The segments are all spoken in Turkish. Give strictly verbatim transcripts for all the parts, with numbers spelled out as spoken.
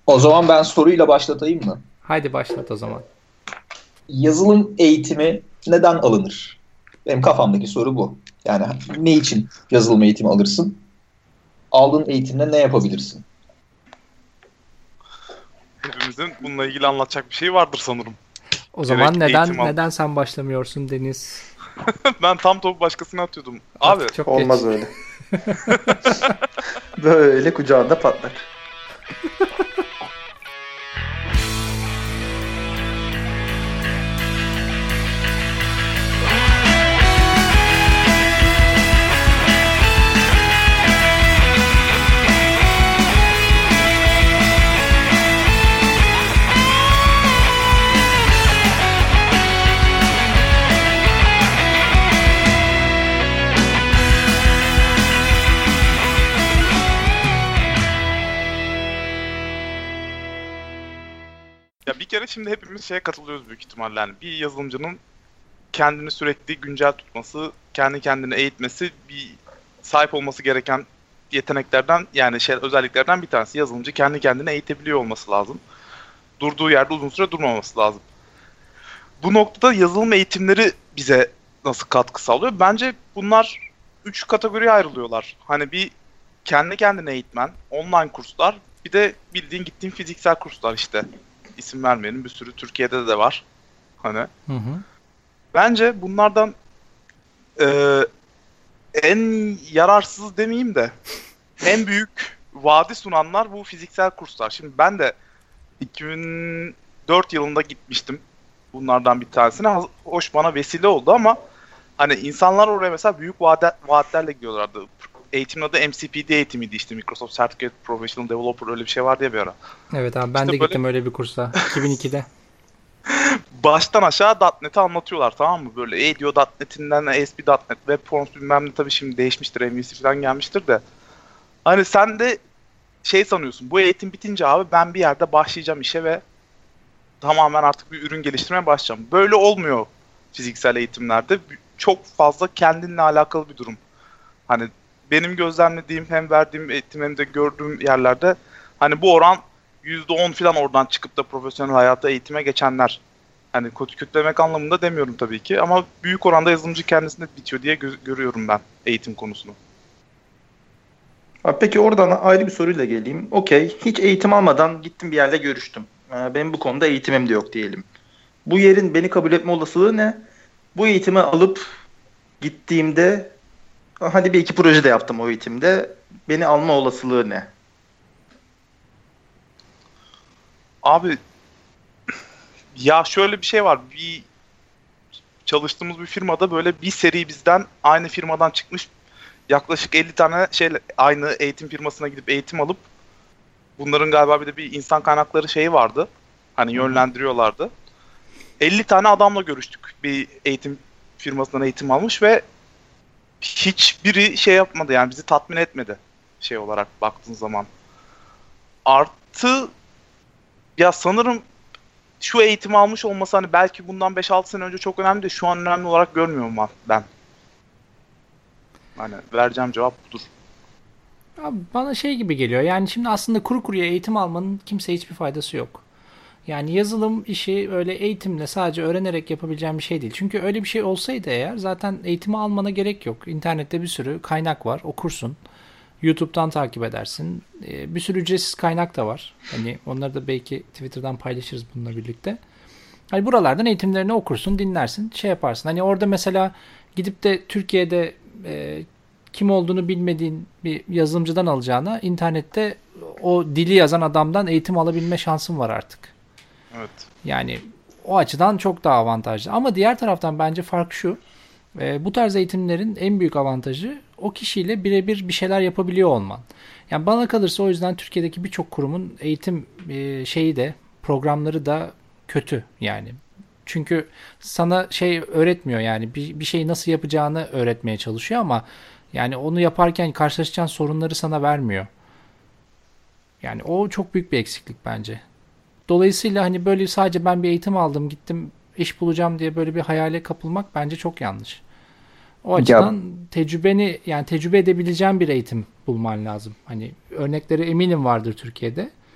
O zaman ben soruyla başlatayım mı? Haydi başlat o zaman. Yazılım eğitimi neden alınır? Benim kafamdaki soru bu. Yani ne için yazılım eğitimi alırsın? Aldığın eğitimle ne yapabilirsin? Hepimizin bununla ilgili anlatacak bir şey vardır sanırım. O Gerek zaman neden eğitim al- neden sen başlamıyorsun Deniz? Ben tam topu başkasına atıyordum. Abi Artık çok Olmaz geç. öyle. Böyle kucağında patlar. ya bir kere şimdi hepimiz şeye katılıyoruz büyük ihtimalle. Yani bir yazılımcının kendini sürekli güncel tutması, kendi kendini eğitmesi bir sahip olması gereken yeteneklerden yani şey özelliklerden bir tanesi. Yazılımcı kendi kendine eğitebiliyor olması lazım. Durduğu yerde uzun süre durmaması lazım. Bu noktada yazılım eğitimleri bize nasıl katkı sağlıyor? Bence bunlar üç kategoriye ayrılıyorlar. Hani bir kendi kendine eğitmen, online kurslar, bir de bildiğin gittiğin fiziksel kurslar işte. İsim vermeyelim, bir sürü Türkiye'de de var. Hani Hı hı. bence bunlardan e, en yararsız demeyeyim de en büyük vaadi sunanlar bu fiziksel kurslar. Şimdi ben de iki bin dört yılında gitmiştim bunlardan bir tanesine. Hoş bana vesile oldu ama hani insanlar oraya mesela büyük vaat, vaatlerle gidiyorlardı. Eğitimin adı M C P D eğitimiydi işte. Microsoft Certificate Professional Developer öyle bir şey vardı ya bir ara. Evet abi ben İşte de böyle- gittim öyle bir kursa iki bin ikide. Baştan aşağı .nokta .NET'i anlatıyorlar, tamam mı? Böyle E D O nokta NET'inden A S P nokta .NET, Web Forms bilmem ne, tabii şimdi değişmiştir, M V C falan gelmiştir de. Hani sen de şey sanıyorsun, bu eğitim bitince abi ben bir yerde başlayacağım işe ve tamamen artık bir ürün geliştirmeye başlayacağım. Böyle olmuyor fiziksel eğitimlerde. Çok fazla kendinle alakalı bir durum. Hani benim gözlemlediğim, hem verdiğim eğitim hem de gördüğüm yerlerde hani bu oran yüzde on falan oradan çıkıp da profesyonel hayata eğitime geçenler. Hani kötü kötülemek anlamında demiyorum tabii ki ama büyük oranda yazılımcı kendisinde bitiyor diye gö- görüyorum ben eğitim konusunu. Abi peki oradan ayrı bir soruyla geleyim. Okey, hiç eğitim almadan gittim bir yerde görüştüm. Ee, benim bu konuda eğitimim de yok diyelim. Bu yerin beni kabul etme olasılığı ne? Bu eğitimi alıp gittiğimde hadi bir iki proje de yaptım o eğitimde. Beni alma olasılığı ne? Abi ya şöyle bir şey var. Bir çalıştığımız bir firmada böyle bir seri bizden aynı firmadan çıkmış yaklaşık elli tane şey aynı eğitim firmasına gidip eğitim alıp bunların galiba bir de bir insan kaynakları şeyi vardı. Hani yönlendiriyorlardı. elli tane adamla görüştük. Bir eğitim firmasından eğitim almış ve hiçbiri şey yapmadı, yani bizi tatmin etmedi şey olarak baktığın zaman. Artı ya sanırım şu eğitimi almış olması hani belki bundan beş altı sene önce çok önemli de şu an önemli olarak görmüyorum ben. Hani vereceğim cevap budur. Abi bana şey gibi geliyor. Yani şimdi aslında kuru kuruya eğitim almanın kimseye hiçbir faydası yok. Yani yazılım işi öyle eğitimle sadece öğrenerek yapabileceğim bir şey değil. Çünkü öyle bir şey olsaydı eğer zaten eğitimi almana gerek yok. İnternette bir sürü kaynak var, okursun. YouTube'dan takip edersin. Ee, Bir sürü ücretsiz kaynak da var. Hani onları da belki Twitter'dan paylaşırız bununla birlikte. Hani buralardan eğitimlerini okursun, dinlersin, şey yaparsın. Hani orada mesela gidip de Türkiye'de e, kim olduğunu bilmediğin bir yazılımcıdan alacağına internette o dili yazan adamdan eğitim alabilme şansın var artık. Evet. Yani o açıdan çok daha avantajlı. Ama diğer taraftan bence fark şu. E, bu tarz eğitimlerin en büyük avantajı o kişiyle birebir bir şeyler yapabiliyor olman. Yani bana kalırsa o yüzden Türkiye'deki birçok kurumun eğitim e, şeyi de programları da kötü yani. Çünkü sana şey öğretmiyor, yani bir, bir şeyi nasıl yapacağını öğretmeye çalışıyor ama yani onu yaparken karşılaşacağın sorunları sana vermiyor. Yani o çok büyük bir eksiklik bence. Dolayısıyla hani böyle sadece ben bir eğitim aldım gittim iş bulacağım diye böyle bir hayale kapılmak bence çok yanlış. O açıdan tecrübeni, yani tecrübe edebileceğin bir eğitim bulman lazım. Hani örnekleri eminim vardır Türkiye'de.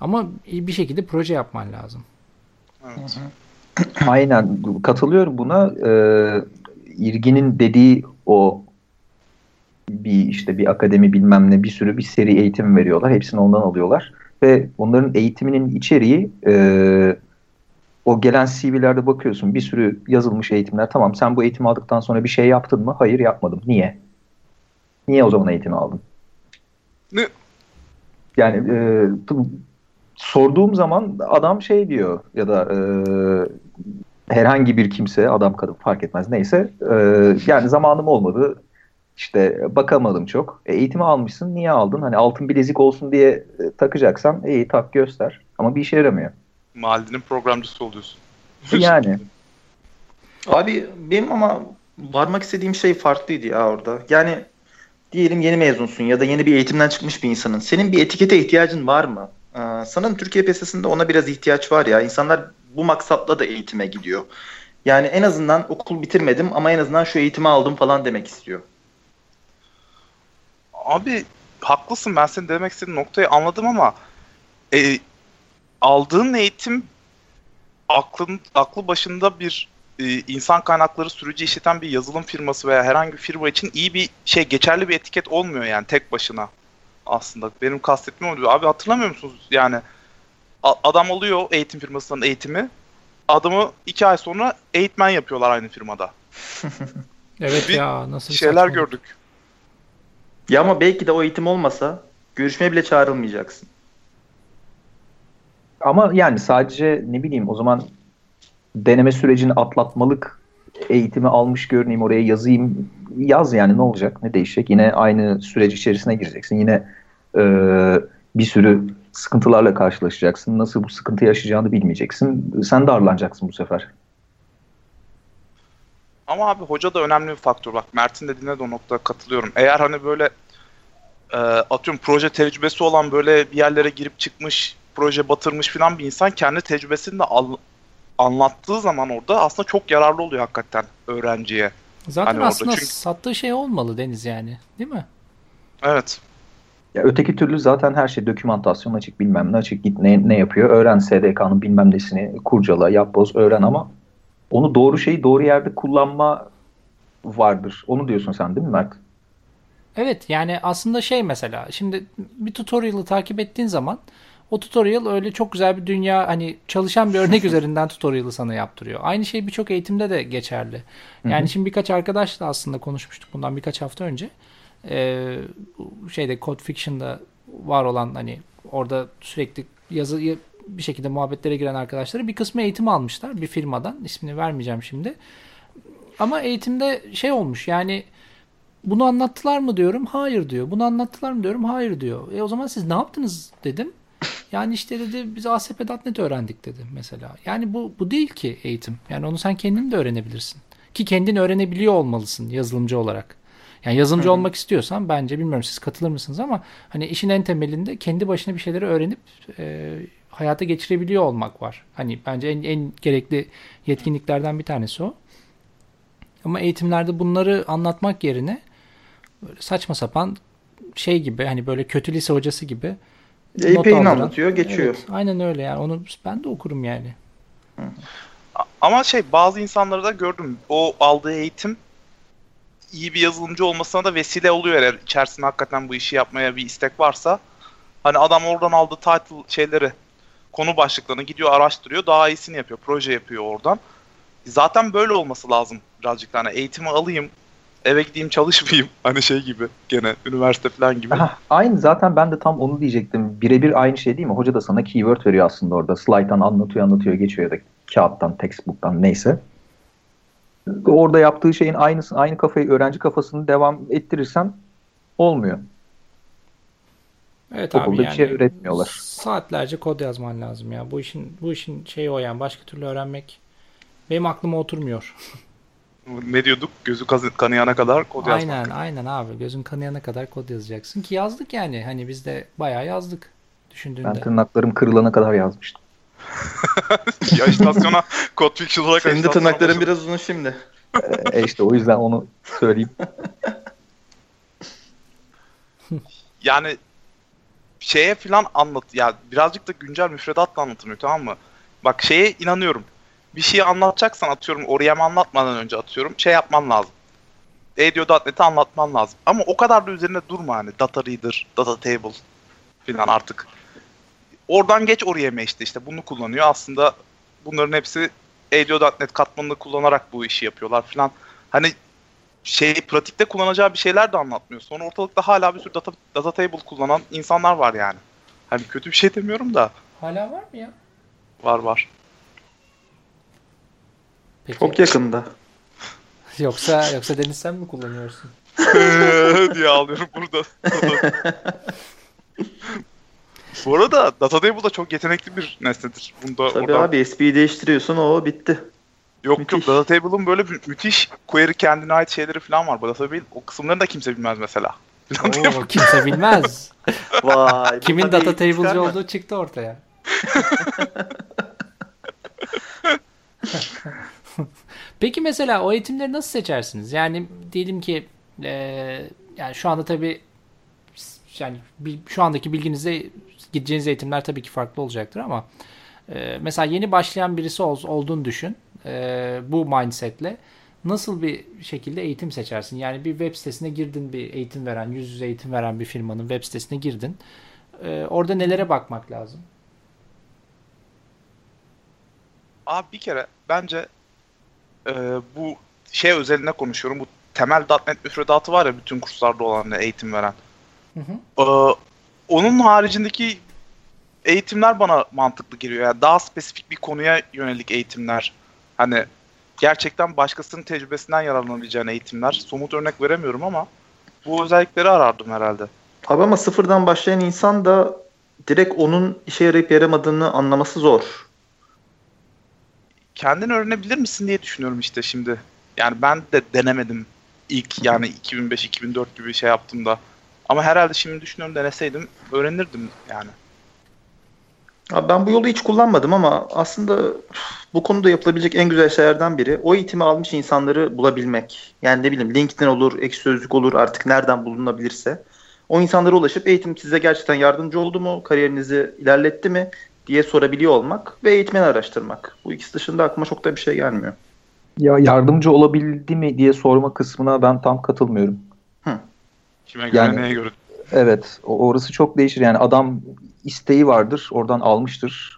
Ama bir şekilde proje yapman lazım. Evet. Aynen katılıyorum buna. Ee, İrgin'in dediği o bir işte bir akademi bilmem ne bir sürü bir seri eğitim veriyorlar. Hepsini ondan alıyorlar. Ve onların eğitiminin içeriği e, o gelen C V'lerde bakıyorsun bir sürü yazılmış eğitimler. Tamam sen bu eğitimi aldıktan sonra bir şey yaptın mı? Hayır yapmadım. Niye? Niye o zaman eğitimi aldın? Ne? Yani e, t- sorduğum zaman adam şey diyor ya da e, herhangi bir kimse adam kadın fark etmez neyse e, yani zamanım olmadı işte bakamadım çok. E, eğitimi almışsın niye aldın? Hani altın bilezik olsun diye e, takacaksan iyi tak göster ama bir işe yaramıyor. Mahallenin programcısı oluyorsun. E, yani. Abi benim ama varmak istediğim şey farklıydı ya orada. Yani diyelim yeni mezunsun ya da yeni bir eğitimden çıkmış bir insanın. Senin bir etikete ihtiyacın var mı? Ee, sanırım Türkiye piyasasında ona biraz ihtiyaç var ya. İnsanlar bu maksatla da eğitime gidiyor. Yani en azından okul bitirmedim ama en azından şu eğitimi aldım falan demek istiyor. Abi haklısın, ben senin demek istediğin noktayı anladım ama e, aldığın eğitim aklın aklı başında bir e, insan kaynakları sürücü işleten bir yazılım firması veya herhangi bir firma için iyi bir şey, geçerli bir etiket olmuyor yani tek başına aslında. Benim kastettiğim oluyor. Abi hatırlamıyor musunuz? Yani a- adam alıyor eğitim firmasının eğitimi. Adamı iki ay sonra eğitmen yapıyorlar aynı firmada. Evet Bir ya nasıl bir şeyler saçmalık. gördük. Ya ama belki de o eğitim olmasa görüşmeye bile çağrılmayacaksın. Ama yani sadece ne bileyim o zaman deneme sürecini atlatmalık eğitimi almış görüneyim oraya yazayım yaz yani ne olacak ne değişecek yine aynı süreç içerisine gireceksin yine e, bir sürü sıkıntılarla karşılaşacaksın nasıl bu sıkıntı yaşayacağını bilmeyeceksin sen darlanacaksın bu sefer. Ama abi hoca da önemli bir faktör. Bak Mert'in dediğine de o noktada katılıyorum. Eğer hani böyle e, atıyorum proje tecrübesi olan böyle bir yerlere girip çıkmış, proje batırmış falan bir insan kendi tecrübesini de al- anlattığı zaman orada aslında çok yararlı oluyor hakikaten öğrenciye. Zaten Hani orada aslında çünkü sattığı şey olmalı Deniz yani. Değil mi? evet. Ya öteki türlü zaten her şey dokümantasyon açık bilmem ne açık git ne, ne yapıyor öğren S D K'nın bilmem nesini kurcala yap boz öğren ama onu doğru şeyi doğru yerde kullanma vardır. Onu diyorsun sen değil mi Mert? Evet yani aslında şey mesela şimdi bir tutorial'ı takip ettiğin zaman o tutorial öyle çok güzel bir dünya hani çalışan bir örnek üzerinden tutorial'ı sana yaptırıyor. Aynı şey birçok eğitimde de geçerli. Yani Hı hı. şimdi birkaç arkadaşla aslında konuşmuştuk bundan birkaç hafta önce. Ee, şeyde Code Fiction'da var olan hani orada sürekli yazı bir şekilde muhabbetlere giren arkadaşları bir kısmı eğitim almışlar bir firmadan. İsmini vermeyeceğim şimdi. Ama eğitimde şey olmuş yani bunu anlattılar mı diyorum. Hayır diyor. Bunu anlattılar mı diyorum. Hayır diyor. E o zaman siz ne yaptınız dedim. Yani işte dedi biz A S P nokta net öğrendik dedi mesela. Yani bu bu değil ki eğitim. Yani onu sen kendin de öğrenebilirsin. Ki kendin öğrenebiliyor olmalısın yazılımcı olarak. Yani yazılımcı Hı hı. olmak istiyorsan bence bilmiyorum siz katılır mısınız ama hani işin en temelinde kendi başına bir şeyleri öğrenip e, hayata geçirebiliyor olmak var. Hani bence en, en gerekli yetkinliklerden bir tanesi o. Ama eğitimlerde bunları anlatmak yerine böyle saçma sapan şey gibi hani böyle kötü lise hocası gibi not A P I'ni aldıran. anlatıyor geçiyor. Evet, aynen öyle yani onu ben de okurum yani. A- Ama şey bazı insanları da gördüm. O aldığı eğitim iyi bir yazılımcı olmasına da vesile oluyor eğer içerisinde hakikaten bu işi yapmaya bir istek varsa. Hani adam oradan aldığı title şeyleri, konu başlıklarını gidiyor araştırıyor, daha iyisini yapıyor, proje yapıyor oradan. Zaten böyle olması lazım birazcık da. Hani eğitimi alayım, eve gideyim çalışmayayım. Hani şey gibi gene üniversite falan gibi. Aha, aynı zaten ben de tam onu diyecektim. Birebir aynı şey değil mi? Hoca da sana keyword veriyor aslında orada. Slide'dan anlatıyor anlatıyor geçiyor ya da kağıttan, textbook'tan neyse. Orada yaptığı şeyin aynısı, aynı kafayı öğrenci kafasını devam ettirirsen olmuyor. Evet abi Okulda bir şey yani öğretmiyorlar. saatlerce kod yazman lazım ya. Bu işin bu işin şeyi o yani başka türlü öğrenmek benim aklıma oturmuyor. Ne diyorduk? Gözü kazı- kanayana kadar kod Aynen yazmak. aynen abi gözün kanayana kadar kod yazacaksın ki yazdık yani hani biz de bayağı yazdık Ben düşündüğünde. tırnaklarım kırılana kadar yazmıştım. Ya istasyona Code Fiction olarak Senin de istasyona tırnakların başladım. biraz uzun şimdi. E işte o yüzden onu söyleyeyim. Yani şeye falan anlat ya, birazcık da güncel müfredatla anlatılıyor, tamam mı? Bak şeye inanıyorum. Bir şeyi anlatacaksan, atıyorum O R M'i anlatmadan önce atıyorum şey yapman lazım. E D O nokta net'i anlatman lazım. Ama o kadar da üzerine durma hani. Data Reader, Data Table falan artık. Oradan geç O R M'e işte işte bunu kullanıyor. Aslında bunların hepsi E D O nokta net katmanını kullanarak bu işi yapıyorlar falan. Hani şey pratikte kullanacağı bir şeyler de anlatmıyor. Sonra ortalıkta hala bir sürü data, data table kullanan insanlar var yani. Hani kötü bir şey demiyorum da. Hala var mı ya? Var var. Peki. Çok yakında. Yoksa yoksa Deniz sen mi kullanıyorsun? diye ağlıyorum burada. Bu arada Data Table da çok yetenekli bir nesnedir. Bunda Tabii oradan... abi S P'yi değiştiriyorsun o bitti. Yok müthiş. yok, Data Table'ın böyle mü- müthiş query kendine ait şeyleri falan var. Bu Data Table o kısımlarını da kimse bilmez mesela. Oo, kimse bilmez. Vay. Kimin bundan data eğitim table'cı çıkarma. olduğu çıktı ortaya. Peki mesela o eğitimleri nasıl seçersiniz? Yani diyelim ki e, yani şu anda tabii yani bil- şu andaki bilginizde gideceğiniz eğitimler tabii ki farklı olacaktır ama e, mesela yeni başlayan birisi ol, olduğunu düşün. E, bu mindsetle nasıl bir şekilde eğitim seçersin? Yani bir web sitesine girdin, bir eğitim veren, yüz yüze eğitim veren bir firmanın web sitesine girdin. E, orada nelere bakmak lazım? Abi bir kere bence e, bu şey özelinde konuşuyorum. Bu temel nokta net müfredatı var ya, bütün kurslarda olan eğitim veren. Hı hı. E, onun haricindeki eğitimler bana mantıklı geliyor. Yani daha spesifik bir konuya yönelik eğitimler. Hani gerçekten başkasının tecrübesinden yararlanabileceğin eğitimler. Somut örnek veremiyorum ama bu özellikleri arardım herhalde. Abi ama sıfırdan başlayan insan da direkt onun işe yarayıp yaramadığını anlaması zor. Kendin öğrenebilir misin diye düşünüyorum işte şimdi. Yani ben de denemedim ilk, yani iki bin beş iki bin dört gibi şey yaptığımda. Ama herhalde şimdi düşünüyorum, deneseydim öğrenirdim yani. Abi ben bu yolu hiç kullanmadım ama aslında bu konuda yapılabilecek en güzel şeylerden biri o eğitimi almış insanları bulabilmek. Yani ne bileyim LinkedIn olur, Ekşi Sözlük olur, artık nereden bulunabilirse. O insanlara ulaşıp eğitim size gerçekten yardımcı oldu mu, kariyerinizi ilerletti mi diye sorabiliyor olmak ve eğitmeni araştırmak. Bu ikisi dışında aklıma çok da bir şey gelmiyor. Ya yardımcı olabildi mi diye sorma kısmına ben tam katılmıyorum. Kime göre, Yani- neye göre? Evet, o- orası çok değişir. Yani adam isteği vardır, oradan almıştır.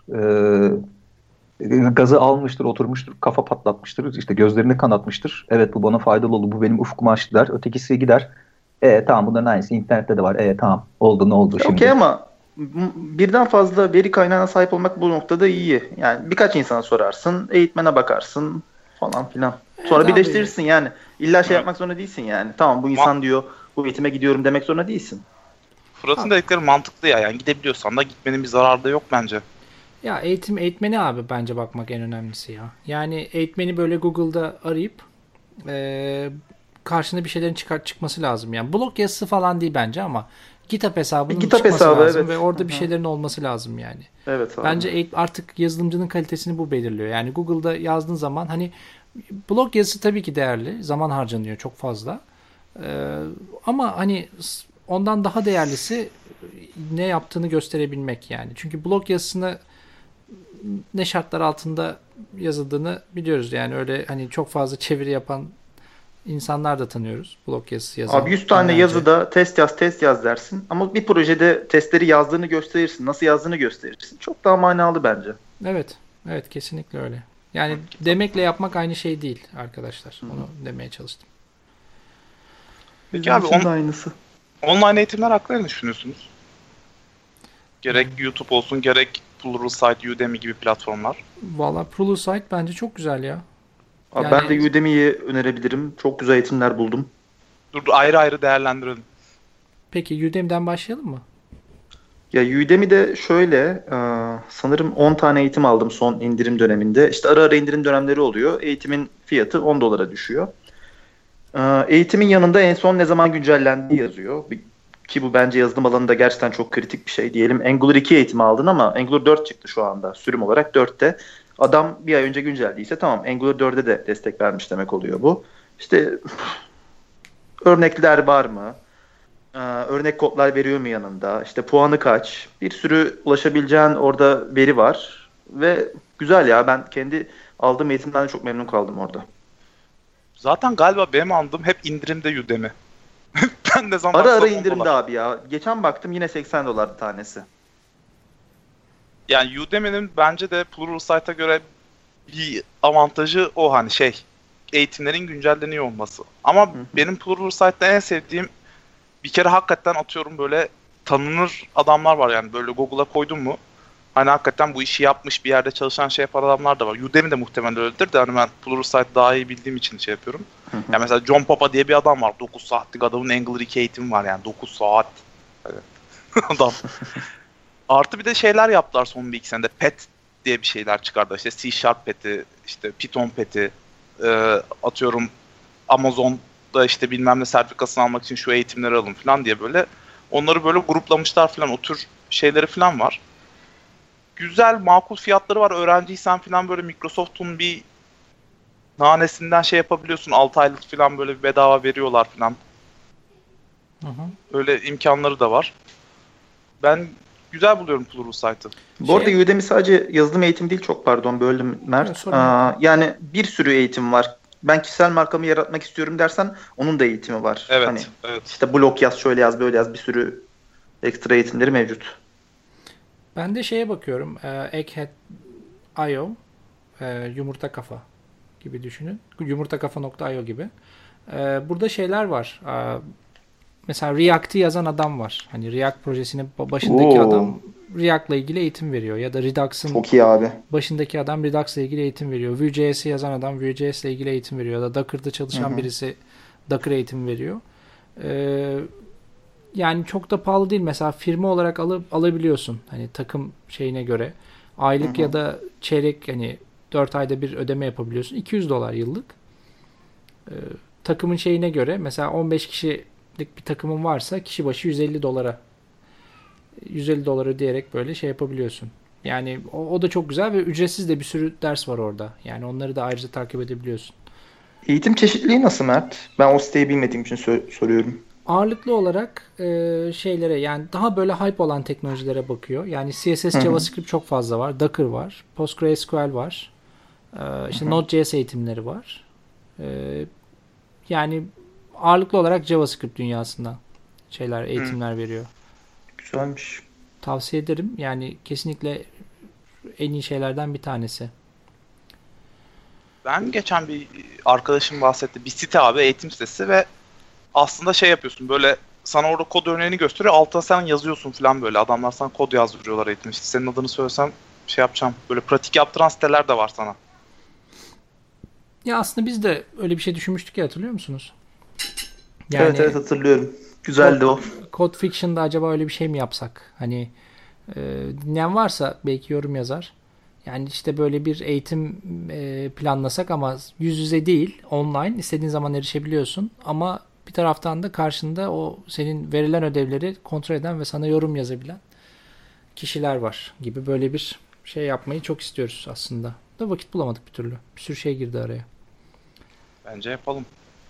Ee, gazı almıştır, oturmuştur, kafa patlatmıştır, işte gözlerini kanatmıştır. Evet, bu bana faydalı oldu, bu benim ufkumu açtı der. Ötekisi gider. E tamam, bunların aynısı internette de var. E tamam, oldu, ne oldu şimdi? Okey ama m- birden fazla veri kaynağına sahip olmak bu noktada iyi. Yani birkaç insana sorarsın, eğitmene bakarsın falan filan. Sonra Evet abi. birleştirirsin yani. İlla şey Evet. yapmak zorunda değilsin yani. Tamam, bu insan diyor, bu eğitime gidiyorum demek zorunda değilsin. Fırat'ın dedikleri mantıklı ya. Yani gidebiliyorsan da gitmenin bir zararı da yok bence. Ya eğitim eğitmeni abi bence bakmak en önemlisi ya. Yani eğitmeni böyle Google'da arayıp e, karşına bir şeylerin çıkar çıkması lazım. Yani blog yazısı falan değil bence ama GitHub hesabının GitHub çıkması hesabı, lazım evet. ve orada bir Hı hı. şeylerin olması lazım yani. Evet abi. Bence eğit- artık yazılımcının kalitesini bu belirliyor. Yani Google'da yazdığın zaman hani blog yazısı tabii ki değerli. Zaman harcanıyor çok fazla. Ee, ama hani s- ondan daha değerlisi ne yaptığını gösterebilmek yani. Çünkü blog yazısını ne şartlar altında yazıldığını biliyoruz. Yani öyle hani çok fazla çeviri yapan insanlar da tanıyoruz. Blog yazısı yazan. Abi yüz tane binlerce. yazıda test yaz test yaz dersin ama bir projede testleri yazdığını gösterirsin, nasıl yazdığını gösterirsin. Çok daha manalı bence. Evet. Evet kesinlikle öyle. Yani demekle yapmak aynı şey değil arkadaşlar. Onu demeye çalıştım. Peki abi, Bizim on- de aynısı. Online eğitimler hakkında ne düşünüyorsunuz? Gerek YouTube olsun, gerek Pluralsight, Udemy gibi platformlar. Valla Pluralsight bence çok güzel ya. Abi Yani- ben de Udemy'yi önerebilirim. Çok güzel eğitimler buldum. Dur dur, ayrı ayrı değerlendirelim. Peki Udemy'den başlayalım mı? Ya Udemy'de şöyle, e, sanırım on tane eğitim aldım son indirim döneminde. İşte ara ara indirim dönemleri oluyor. Eğitimin fiyatı on dolara düşüyor. E, Eğitimin yanında en son ne zaman güncellendiği yazıyor. Bir- Ki bu bence yazılım alanında gerçekten çok kritik bir şey. Diyelim Angular iki eğitimi aldın ama Angular dört çıktı şu anda. Sürüm olarak dörtte. Adam bir ay önce güncellediyse tamam, Angular dörde de destek vermiş demek oluyor bu. İşte örnekler var mı? Ee, örnek kodlar veriyor mu yanında? İşte puanı kaç? Bir sürü ulaşabileceğin orada veri var. Ve güzel ya, ben kendi aldığım eğitimden çok memnun kaldım orada. Zaten galiba benim aldığım hep indirimde Udemy. Ben de zaman Ara ara sonra indirimde dolar. abi ya. Geçen baktım yine seksen dolar tanesi. Yani Udemy'nin bence de Pluralsight'a göre bir avantajı o, hani şey, eğitimlerin güncelleniyor olması. Ama Hı hı. benim Pluralsight'ta en sevdiğim, bir kere hakikaten atıyorum böyle tanınır adamlar var yani, böyle Google'a koydun mu hani hakikaten bu işi yapmış, bir yerde çalışan şey yapan adamlar da var. Udemy de muhtemelen öyledir de hani ben Pluralsight daha iyi bildiğim için şey yapıyorum. Hı hı. Yani mesela John Papa diye bir adam var. dokuz saatlik adamın Angular iki eğitimi var yani. dokuz saat. Evet. Adam. Artı bir de şeyler yaptılar son bir iki senede. Pet diye bir şeyler çıkardı. İşte C Sharp Pet'i, işte Python Pet'i, e, atıyorum Amazon'da işte bilmem ne sertifikasını almak için şu eğitimleri alın falan diye böyle. Onları böyle gruplamışlar falan. O tür şeyleri falan var. Güzel, makul fiyatları var. Öğrenciysen falan böyle Microsoft'un bir nanesinden şey yapabiliyorsun. altı aylık falan böyle bedava veriyorlar falan. Hı hı. Öyle imkanları da var. Ben güzel buluyorum Pluralsight'ı. Bu arada Şey- Udemy sadece yazılım eğitim değil, çok pardon böldüm Evet, Mert. sorun Aa, yani bir sürü eğitim var. Ben kişisel markamı yaratmak istiyorum dersen onun da eğitimi var. Evet, Hani evet. işte blog yaz, şöyle yaz, böyle yaz, bir sürü ekstra eğitimleri mevcut. Ben de şeye bakıyorum. E, Egghead nokta io, e, yumurta kafa gibi düşünün. yumurtakafa nokta io gibi. E, burada şeyler var. E, mesela React'ı yazan adam var. Hani React projesinin başındaki Oo. adam React'la ilgili eğitim veriyor. Ya da Redux'ın Çok iyi abi. başındaki adam Redux'la ilgili eğitim veriyor. Vue.js'i yazan adam Vue.js'le ilgili eğitim veriyor. Ya da Docker'da çalışan Hı hı. birisi Docker eğitim veriyor. Ee, yani çok da pahalı değil. Mesela firma olarak alıp alabiliyorsun. Hani takım şeyine göre. Aylık Hı hı. ya da çeyrek, hani dört ayda bir ödeme yapabiliyorsun. iki yüz dolar yıllık. Ee, takımın şeyine göre mesela on beş kişilik bir takımın varsa kişi başı yüz elli dolara yüz elli dolar ödeyerek böyle şey yapabiliyorsun. Yani o, o da çok güzel ve ücretsiz de bir sürü ders var orada. Yani onları da ayrıca takip edebiliyorsun. Eğitim çeşitliliği nasıl Mert? Ben o siteyi bilmediğim için sor- soruyorum. Ağırlıklı olarak e, şeylere, yani daha böyle hype olan teknolojilere bakıyor. Yani C S S, Hı hı. JavaScript çok fazla var. Docker var. PostgreSQL var. E, işte Hı hı. Node.js eğitimleri var. E, yani ağırlıklı olarak JavaScript dünyasında şeyler, eğitimler veriyor. Güzelmiş. Tavsiye ederim. Yani kesinlikle en iyi şeylerden bir tanesi. Ben geçen bir arkadaşım bahsetti. Bir site abi, eğitim sitesi ve aslında şey yapıyorsun böyle, sana orada kod örneğini gösteriyor. Altına sen yazıyorsun falan böyle. Adamlar sana kod yazdırıyorlar eğitim. İşte senin adını söylesem şey yapacağım. Böyle pratik yaptıran siteler de var sana. Ya aslında biz de öyle bir şey düşünmüştük ya, hatırlıyor musunuz? Yani Evet evet hatırlıyorum. Güzeldi o. Code Fiction'da acaba öyle bir şey mi yapsak? Hani e, dinleyen varsa belki yorum yazar. Yani işte böyle bir eğitim e, planlasak ama yüz yüze değil, online, istediğin zaman erişebiliyorsun. Ama bir taraftan da karşında o senin verilen ödevleri kontrol eden ve sana yorum yazabilen kişiler var gibi, böyle bir şey yapmayı çok istiyoruz aslında. Da vakit bulamadık bir türlü. Bir sürü şey girdi araya. Bence yapalım.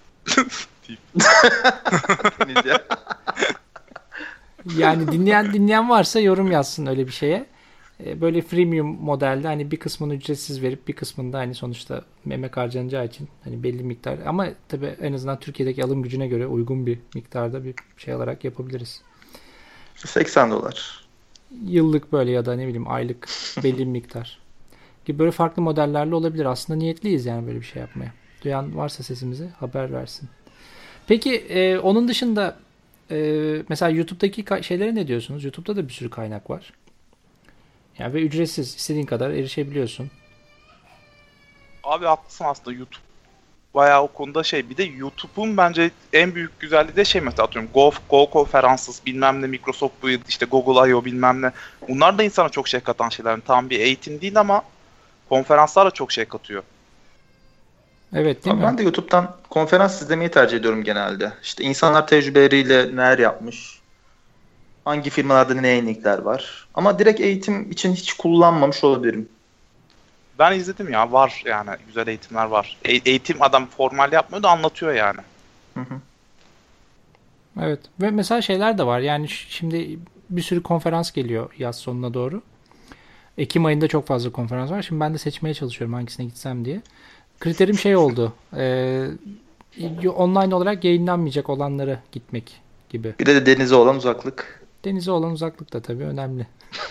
Yani dinleyen dinleyen varsa yorum yazsın öyle bir şeye. Böyle freemium modelde hani bir kısmını ücretsiz verip bir kısmını da hani sonuçta emek harcanacağı için hani belli miktar, ama tabii en azından Türkiye'deki alım gücüne göre uygun bir miktarda bir şey olarak yapabiliriz. seksen dolar. Yıllık böyle ya da ne bileyim aylık belli bir miktar gibi, böyle farklı modellerle olabilir. Aslında niyetliyiz yani böyle bir şey yapmaya. Duyan varsa sesimizi haber versin. Peki e, onun dışında e, mesela YouTube'daki ka- şeylere ne diyorsunuz? YouTube'da da bir sürü kaynak var. Yani ve ücretsiz, istediğin kadar erişebiliyorsun. Abi haklısın aslında, YouTube bayağı o konuda şey. Bir de YouTube'un bence en büyük güzelliği de şey, mesela atıyorum Go, Go Conferences bilmem ne, Microsoft Build, işte Google I O bilmem ne. Bunlar da insana çok şey katan şeyler. Yani tam bir eğitim değil ama konferanslar da çok şey katıyor. Evet, değil Abi mi? ben de YouTube'dan konferans izlemeyi tercih ediyorum genelde. İşte insanlar tecrübeleriyle neler yapmış, hangi firmalarda ne yenilikler var. Ama direkt eğitim için hiç kullanmamış olabilirim. Ben izledim ya, var yani, güzel eğitimler var. E- eğitim adam formal yapmıyor da anlatıyor yani. Hı hı. Evet. Ve mesela şeyler de var. Yani şimdi bir sürü konferans geliyor yaz sonuna doğru. Ekim ayında çok fazla konferans var. Şimdi ben de seçmeye çalışıyorum hangisine gitsem diye. Kriterim şey oldu. E, online olarak yayınlanmayacak olanlara gitmek gibi. Bir de denize olan uzaklık. Denize olan uzaklık da tabii önemli.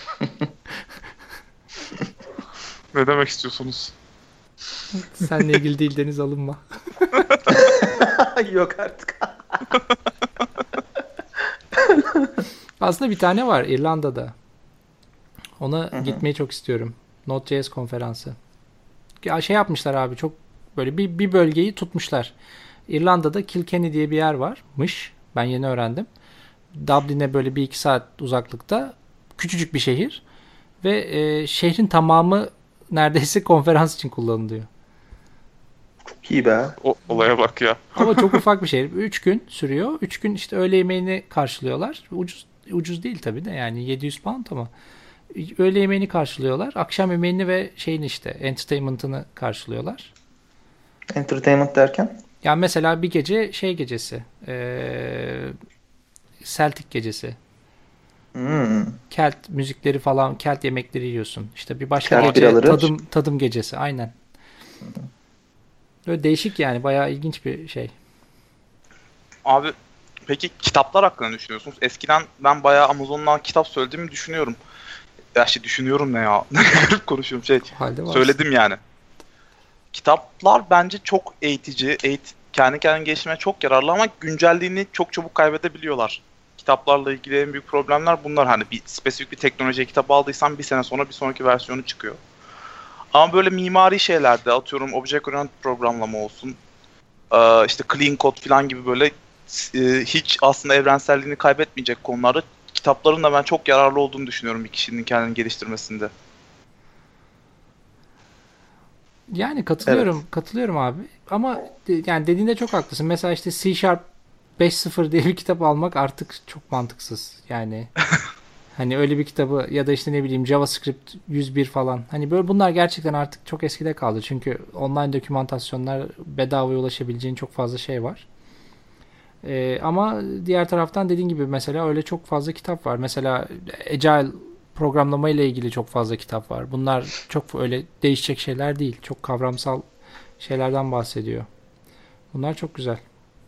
Ne demek istiyorsunuz? Seninle ilgili değil, deniz alınma. Yok artık. Aslında bir tane var İrlanda'da. Ona Hı hı. gitmeyi çok istiyorum. Node.js konferansı. Ya şey yapmışlar abi, çok böyle bir, bir bölgeyi tutmuşlar. İrlanda'da Kilkenny diye bir yer varmış. Ben yeni öğrendim. Dublin'e böyle bir iki saat uzaklıkta küçücük bir şehir. Ve e, şehrin tamamı neredeyse konferans için kullanılıyor. Çok iyi be. O olaya bak ya. Ama çok ufak bir şehir. üç gün sürüyor. üç gün işte öğle yemeğini karşılıyorlar. Ucuz ucuz değil tabii de, yani yedi yüz pound ama öğle yemeğini karşılıyorlar. Akşam yemeğini ve şeyin işte entertainment'ını karşılıyorlar. Entertainment derken? Yani mesela bir gece şey gecesi. Ee, Celtic gecesi. Hmm. Kelt müzikleri falan, Kelt yemekleri yiyorsun. İşte bir başka Kelt gece biraları. tadım tadım gecesi. Aynen. Böyle değişik yani. Bayağı ilginç bir şey. Abi peki kitaplar hakkında ne düşünüyorsunuz? Eskiden ben bayağı Amazon'dan kitap söylediğimi düşünüyorum. Ya şey düşünüyorum ne ya? Garip konuşuyorum şey. Halde varsın. Söyledim yani. Kitaplar bence çok eğitici, eğit kendi kendine geliştirmeye çok yararlı ama güncelliğini çok çabuk kaybedebiliyorlar. Kitaplarla ilgili en büyük problemler bunlar. Hani bir spesifik bir teknoloji kitabı aldıysan bir sene sonra bir sonraki versiyonu çıkıyor. Ama böyle mimari şeylerde atıyorum Object Oriented programlama olsun, e, işte Clean Code falan gibi böyle e, hiç aslında evrenselliğini kaybetmeyecek konularda kitapların da ben çok yararlı olduğunu düşünüyorum bir kişinin kendini geliştirmesinde. Yani katılıyorum, evet. katılıyorum abi. Ama de, yani dediğinde çok haklısın. Mesela işte C Sharp beş nokta sıfır diye bir kitap almak artık çok mantıksız. Yani hani öyle bir kitabı ya da işte ne bileyim JavaScript yüz bir falan. Hani böyle bunlar gerçekten artık çok eskide kaldı. Çünkü online dokümantasyonlar, bedavaya ulaşabileceğin çok fazla şey var. Ee, ama diğer taraftan dediğin gibi mesela öyle çok fazla kitap var. Mesela Agile programlama ile ilgili çok fazla kitap var. Bunlar çok öyle değişecek şeyler değil. Çok kavramsal şeylerden bahsediyor. Bunlar çok güzel.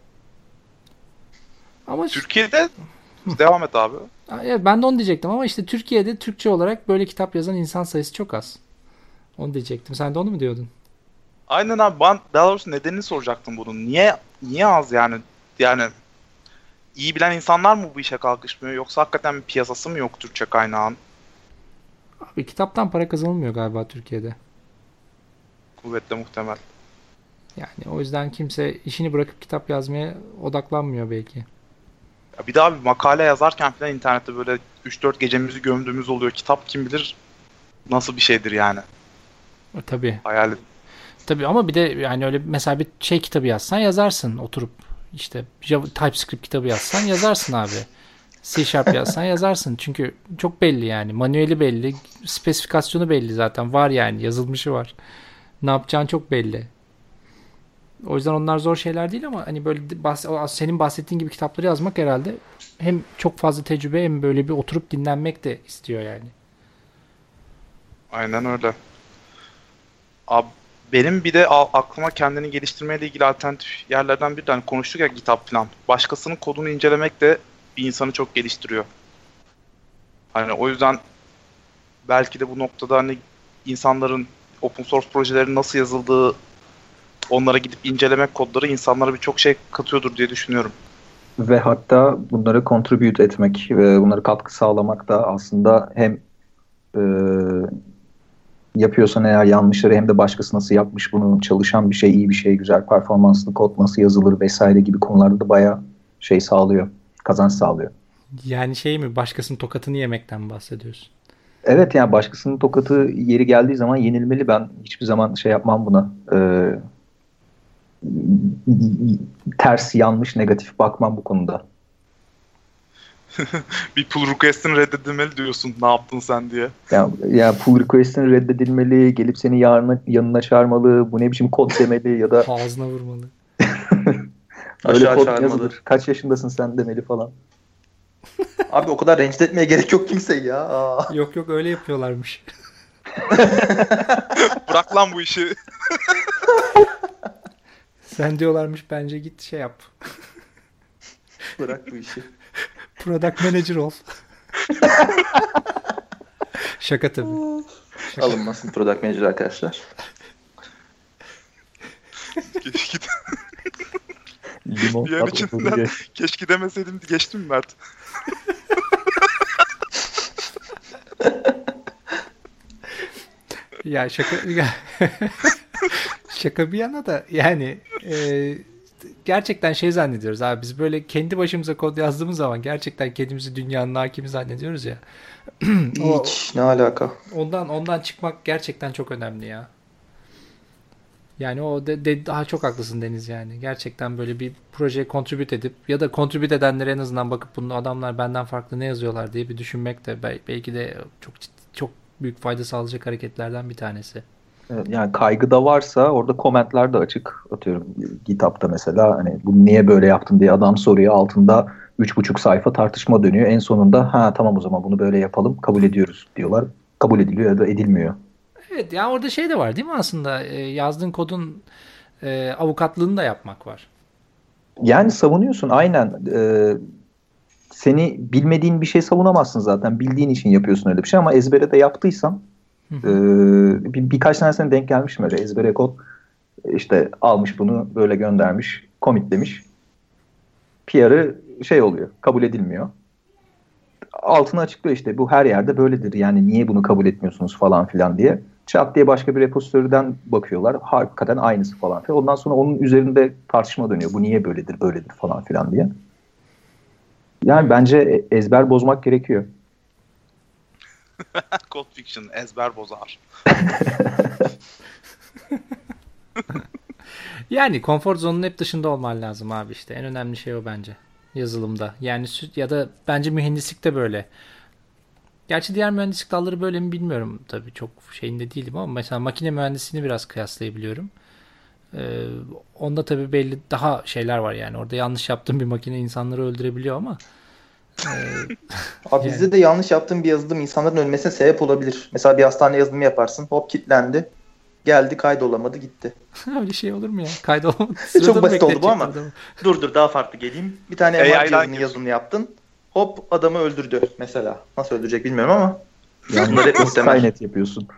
Ama Türkiye'de devam et abi. Evet, ben de onu diyecektim ama işte Türkiye'de Türkçe olarak böyle kitap yazan insan sayısı çok az. Onu diyecektim. Sen de onu mu diyordun? Aynen abi, ben daha doğrusu nedenini soracaktım bunun. Niye niye az yani? Yani iyi bilen insanlar mı bu işe kalkışmıyor yoksa hakikaten bir piyasası mı yok Türkçe kaynağın? Abi kitaptan para kazanılmıyor galiba Türkiye'de. Kuvvetle muhtemel. Yani o yüzden kimse işini bırakıp kitap yazmaya odaklanmıyor belki. Ya bir daha bir makale yazarken falan internette böyle üç dört gecemizi gömdüğümüz oluyor. Kitap kim bilir nasıl bir şeydir yani. E, tabii. Hayal edin. Tabii ama bir de yani öyle mesela bir şey kitabı yazsan yazarsın oturup, işte Java, TypeScript kitabı yazsan yazarsın abi. C Sharp yazsan yazarsın. Çünkü çok belli yani. Manueli belli. Spesifikasyonu belli zaten. Var yani. Yazılmışı var. Ne yapacağın çok belli. O yüzden onlar zor şeyler değil ama hani böyle bahs- senin bahsettiğin gibi kitapları yazmak herhalde hem çok fazla tecrübe hem böyle bir oturup dinlenmek de istiyor yani. Aynen öyle. Abi benim bir de a- aklıma kendini geliştirmeyle ilgili alternatif yerlerden bir tane konuştuk ya, GitHub falan. Başkasının kodunu incelemek de bir insanı çok geliştiriyor. Hani o yüzden belki de bu noktada hani insanların open source projelerinin nasıl yazıldığı, onlara gidip incelemek kodları insanlara birçok şey katıyordur diye düşünüyorum. Ve hatta bunları contribute etmek ve bunlara katkı sağlamak da aslında hem e, yapıyorsan eğer yanlışları hem de başkası nasıl yapmış bunu, çalışan bir şey, iyi bir şey, güzel performanslı kod nasıl yazılır vesaire gibi konularda da bayağı şey sağlıyor, kazanç sağlıyor. Yani şey mi, başkasının tokatını yemekten bahsediyorsun? Evet, yani başkasının tokatı yeri geldiği zaman yenilmeli. Ben hiçbir zaman şey yapmam buna. Ee, ters, yanlış, negatif bakmam bu konuda. Bir pull request'in reddedilmeli diyorsun, ne yaptın sen diye. Ya, ya pull request'in reddedilmeli, gelip seni yarına, yanına çağırmalı, bu ne biçim kod demeli ya da ağzına vurmalı. Böyle Aşağı kod çağırmalı. yazılır. Kaç yaşındasın sen demeli falan. Abi o kadar rencide etmeye gerek yok kimseyi ya. Aa. Yok yok öyle yapıyorlarmış. Bırak lan bu işi. Sen diyorlarmış bence git şey yap. Bırak bu işi. Product manager ol. Şaka tabii. Şaka. Alınmasın product manager arkadaşlar. Keşke, Limon bir an tatlı içinden diye. keşke demeseydim geçtim mi Mert? Ya şaka şaka bir yana da yani e, gerçekten şey zannediyoruz abi biz böyle kendi başımıza kod yazdığımız zaman gerçekten kendimizi dünyanın hakimi zannediyoruz ya. O- Hiç ne alaka? ondan ondan çıkmak gerçekten çok önemli ya. Yani o de, de- daha çok haklısın Deniz yani. Gerçekten böyle bir projeye contribute edip ya da contribute edenlere en azından bakıp bunu adamlar benden farklı ne yazıyorlar diye bir düşünmek de bel- belki de çok ciddi- çok büyük fayda sağlayacak hareketlerden bir tanesi. Evet, yani kaygı da varsa orada komentler de açık. Atıyorum GitHub'da mesela hani bunu niye böyle yaptın diye adam soruyor. Altında üç buçuk sayfa tartışma dönüyor. En sonunda ha tamam o zaman bunu böyle yapalım kabul ediyoruz diyorlar. Kabul ediliyor ya da edilmiyor. Evet ya orada şey de var değil mi aslında E, yazdığın kodun e, avukatlığını da yapmak var. Yani savunuyorsun aynen. Ee, seni bilmediğin bir şey savunamazsın zaten. Bildiğin için yapıyorsun öyle bir şey ama ezbere de yaptıysan Hı e, hı. bir, birkaç tanesine denk gelmişim öyle. Ezbere kod işte almış bunu böyle göndermiş, commitlemiş. P R'ı şey oluyor, kabul edilmiyor. Altına açıklıyor işte bu her yerde böyledir yani niye bunu kabul etmiyorsunuz falan filan diye. Çat diye başka bir repository'den bakıyorlar. Hakikaten aynısı falan filan. Ondan sonra onun üzerinde tartışma dönüyor. Bu niye böyledir, böyledir falan filan diye. Yani bence ezber bozmak gerekiyor. Code Fiction ezber bozar. Yani konfor zonunun hep dışında olman lazım abi işte. En önemli şey o bence yazılımda. Yani sü- ya da bence mühendislikte böyle. Gerçi diğer mühendislik dalları böyle mi bilmiyorum tabii çok şeyinde değilim ama mesela makine mühendisliğini biraz kıyaslayabiliyorum. Ee, onda tabii belli daha şeyler var yani. Orada yanlış yaptığın bir makine insanları öldürebiliyor ama e, Abi Yani. bizde de yanlış yaptığın bir yazılım insanların ölmesine sebep olabilir. Mesela bir hastane yazılımı yaparsın. Hop kilitlendi. Geldi kaydolamadı gitti. öyle şey olur mu ya? Kaydolamadı. Çok Sırada mı basit oldu bu bekletecekler ama. adamı? Dur dur daha farklı geleyim. Bir tane A I'dan M R cihazının giriyorsun. yazılımını yaptın. Hop adamı öldürdü mesela. Nasıl öldürecek bilmiyorum ama. Yani Bunlar hep muhtemel. Skynet yapıyorsun.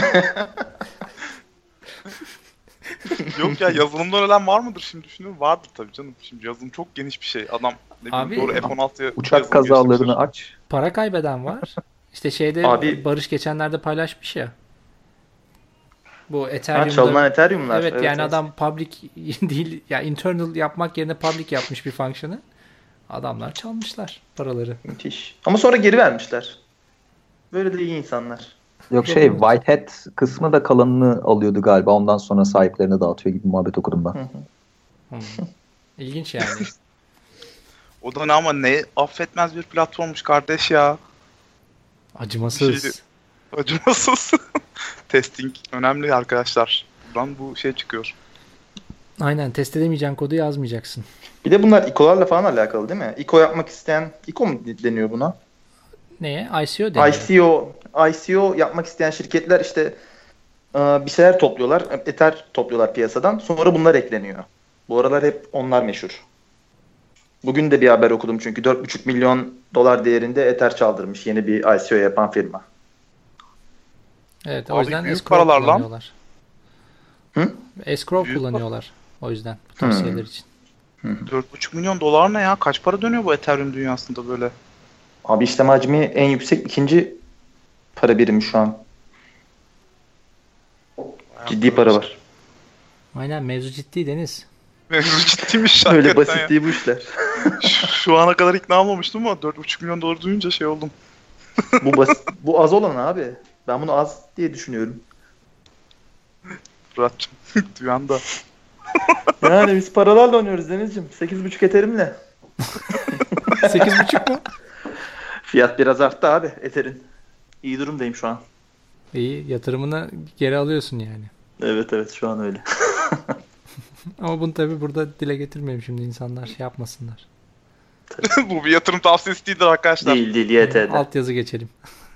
Yok ya yazılımdan ölen var mıdır şimdi düşünüyorum. Vardır tabii canım. Şimdi yazılım çok geniş bir şey. Adam ne bileyim Abi, doğru F on altıya Uçak yazılım kazalarını geliştirmiştir. aç. Para kaybeden var. İşte şeyde Abi- Barış geçenlerde paylaşmış ya. Bu Ha, Ethereum'da. çalınan Ethereum'lar. Evet, yani evet. adam public değil ya internal yapmak yerine public yapmış bir function'ı. Adamlar çalmışlar paraları. Müthiş. Ama sonra geri vermişler. Böyle de iyi insanlar. Yok şey White Hat kısmı da kalanını alıyordu galiba. Ondan sonra sahiplerine dağıtıyor gibi muhabbet okudum ben. Hı hı. Hmm. İlginç yani. O da ne ama ne affetmez bir platformmuş kardeş ya. Acımasız. Şeydi. Acımasız. Testing önemli arkadaşlar. Buradan bu şey çıkıyor. Aynen, test edemeyeceğin kodu yazmayacaksın. Bir de bunlar I C O'larla falan alakalı değil mi? I C O yapmak isteyen, I C O mu deniyor buna? Neye? I C O deniyor. I C O, I C O yapmak isteyen şirketler işte e, bir şeyler topluyorlar. Ether topluyorlar piyasadan. Sonra bunlar ekleniyor. Bu aralar hep onlar meşhur. Bugün de bir haber okudum çünkü dört buçuk milyon dolar değerinde Ether çaldırmış yeni bir I C O yapan firma. Evet, o Abi yüzden büyük escrow paralar lan. kullanıyorlar. Hı? Escrow Büyük kullanıyorlar. O yüzden bu tarz Hı. şeyler için. dört buçuk milyon dolar ne ya? Kaç para dönüyor bu Ethereum dünyasında böyle? Abi işlem hacmi en yüksek ikinci para birimi şu an. Ciddi para var. Aynen, mevzu ciddi Deniz. Mevzu ciddiymiş Öyle hakikaten basit ya. değil bu işler. Şu, şu ana kadar ikna olmamıştım ama dört buçuk milyon dolar duyunca şey oldum. Bu basit, bu az olan abi. Ben bunu az diye düşünüyorum. Fırat'cığım duyan da. Yani biz paralarla oynuyoruz Deniz'ciğim. sekiz buçuk Ethereum'le. sekiz buçuk mu? Fiyat biraz arttı abi Ether'in. İyi durumdayım şu an. İyi, yatırımını geri alıyorsun yani. Evet evet şu an öyle. Ama bunu tabii burada dile getirmeyeyim şimdi, insanlar şey yapmasınlar. Bu bir yatırım tavsiyesi değildir arkadaşlar. Değil değil Y T D. Alt yazı geçelim.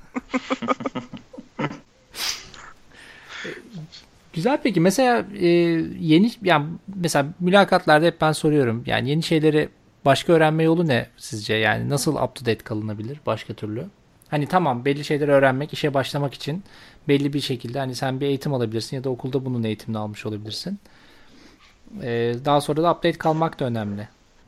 Güzel, peki mesela e, yeni, yani mesela mülakatlarda hep ben soruyorum. Yani yeni şeyleri başka öğrenme yolu ne sizce? Yani nasıl up to date kalınabilir başka türlü? Hani tamam, belli şeyleri öğrenmek, işe başlamak için belli bir şekilde hani sen bir eğitim alabilirsin ya da okulda bunun eğitimini almış olabilirsin. E, daha sonra da update kalmak da önemli.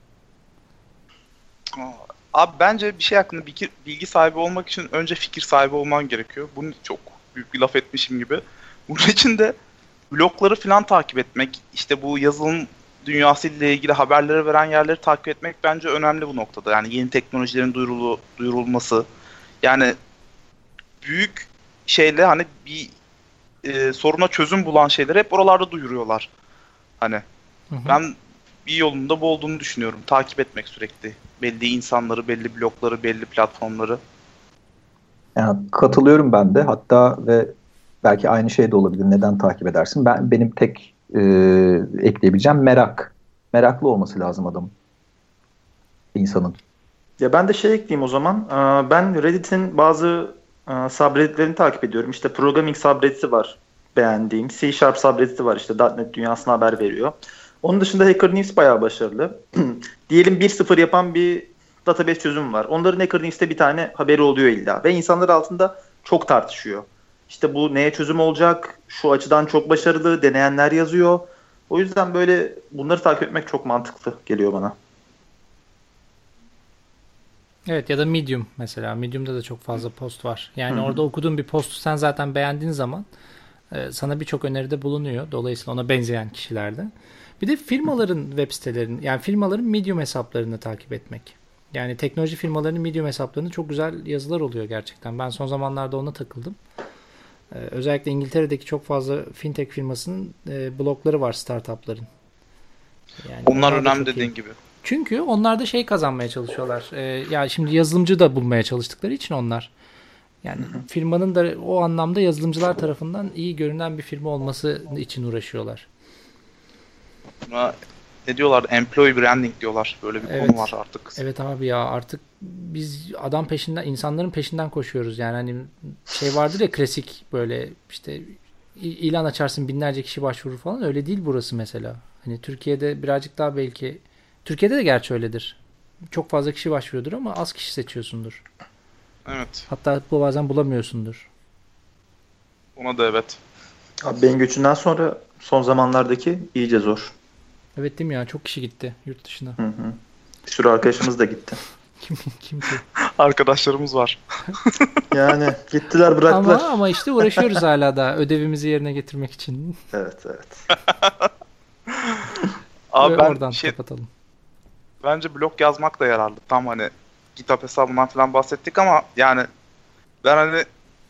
Abi bence bir şey hakkında bilgi, bilgi sahibi olmak için önce fikir sahibi olman gerekiyor. Bunu çok büyük bir laf etmişim gibi. Bunun için de blogları falan takip etmek, işte bu yazılım dünyası ile ilgili haberleri veren yerleri takip etmek bence önemli bu noktada. Yani yeni teknolojilerin duyurulu, duyurulması. Yani büyük şeyle hani bir e, soruna çözüm bulan şeyleri hep oralarda duyuruyorlar. Hani Hı hı. ben bir yolunda bu olduğunu düşünüyorum. Takip etmek sürekli. Belli insanları, belli blogları, belli platformları. Yani katılıyorum ben de. Hatta ve belki aynı şey de olabilir. Neden takip edersin? Ben benim tek e, ekleyebileceğim merak. Meraklı olması lazım adam, insanın. Ya ben de şey ekleyeyim o zaman. Ee, Ben Reddit'in bazı e, subredditlerini takip ediyorum. İşte programming subreddit'i var beğendiğim. C Sharp subreddit'i var, işte .nokta net dünyasına haber veriyor. Onun dışında Hacker News bayağı başarılı. Diyelim bir sıfır yapan bir database çözüm var. Onların Hacker News'te bir tane haberi oluyor illa. Ve insanlar altında çok tartışıyor. İşte bu neye çözüm olacak? Şu açıdan çok başarılı. Deneyenler yazıyor. O yüzden böyle bunları takip etmek çok mantıklı geliyor bana. Evet, ya da Medium mesela. Medium'da da çok fazla post var. Yani Hı hı. orada okuduğun bir postu sen zaten beğendiğin zaman e, sana birçok öneride bulunuyor. Dolayısıyla ona benzeyen kişilerde. Bir de firmaların web sitelerini, yani firmaların Medium hesaplarını takip etmek. Yani teknoloji firmalarının Medium hesaplarında çok güzel yazılar oluyor gerçekten. Ben son zamanlarda ona takıldım. E, özellikle İngiltere'deki çok fazla fintech firmasının e, blogları var, startupların. Yani Onlar da önemli çok iyi. dediğin gibi. Çünkü onlar da şey kazanmaya çalışıyorlar. Ee, ya şimdi yazılımcı da bulmaya çalıştıkları için onlar. Yani firmanın da o anlamda yazılımcılar tarafından iyi görünen bir firma olması için uğraşıyorlar. Buna ne diyorlar? Employee branding diyorlar. Böyle bir Evet. konu var artık. Evet abi ya, artık biz adam peşinden, insanların peşinden koşuyoruz. Yani hani şey vardır ya, klasik böyle işte i- ilan açarsın, binlerce kişi başvurur falan. Öyle değil burası mesela. Hani Türkiye'de birazcık daha, belki Türkiye'de de gerçi öyledir. Çok fazla kişi başvuruyordur ama az kişi seçiyorsundur. Evet. Hatta bu bazen bulamıyorsundur. Ona da evet. Abi beyin göçünden sonra son zamanlardaki iyice zor. Evet değil mi ya? Çok kişi gitti yurt dışına. Hı hı. Bir sürü arkadaşımız da gitti. Kim kim ki? Arkadaşlarımız var. Yani gittiler, bıraktılar. Ama ama işte uğraşıyoruz hala da ödevimizi yerine getirmek için. Evet evet. Abi Ve ben oradan şey, kapatalım. bence blog yazmak da yararlı. Tam hani GitHub hesabından falan bahsettik ama yani ben hani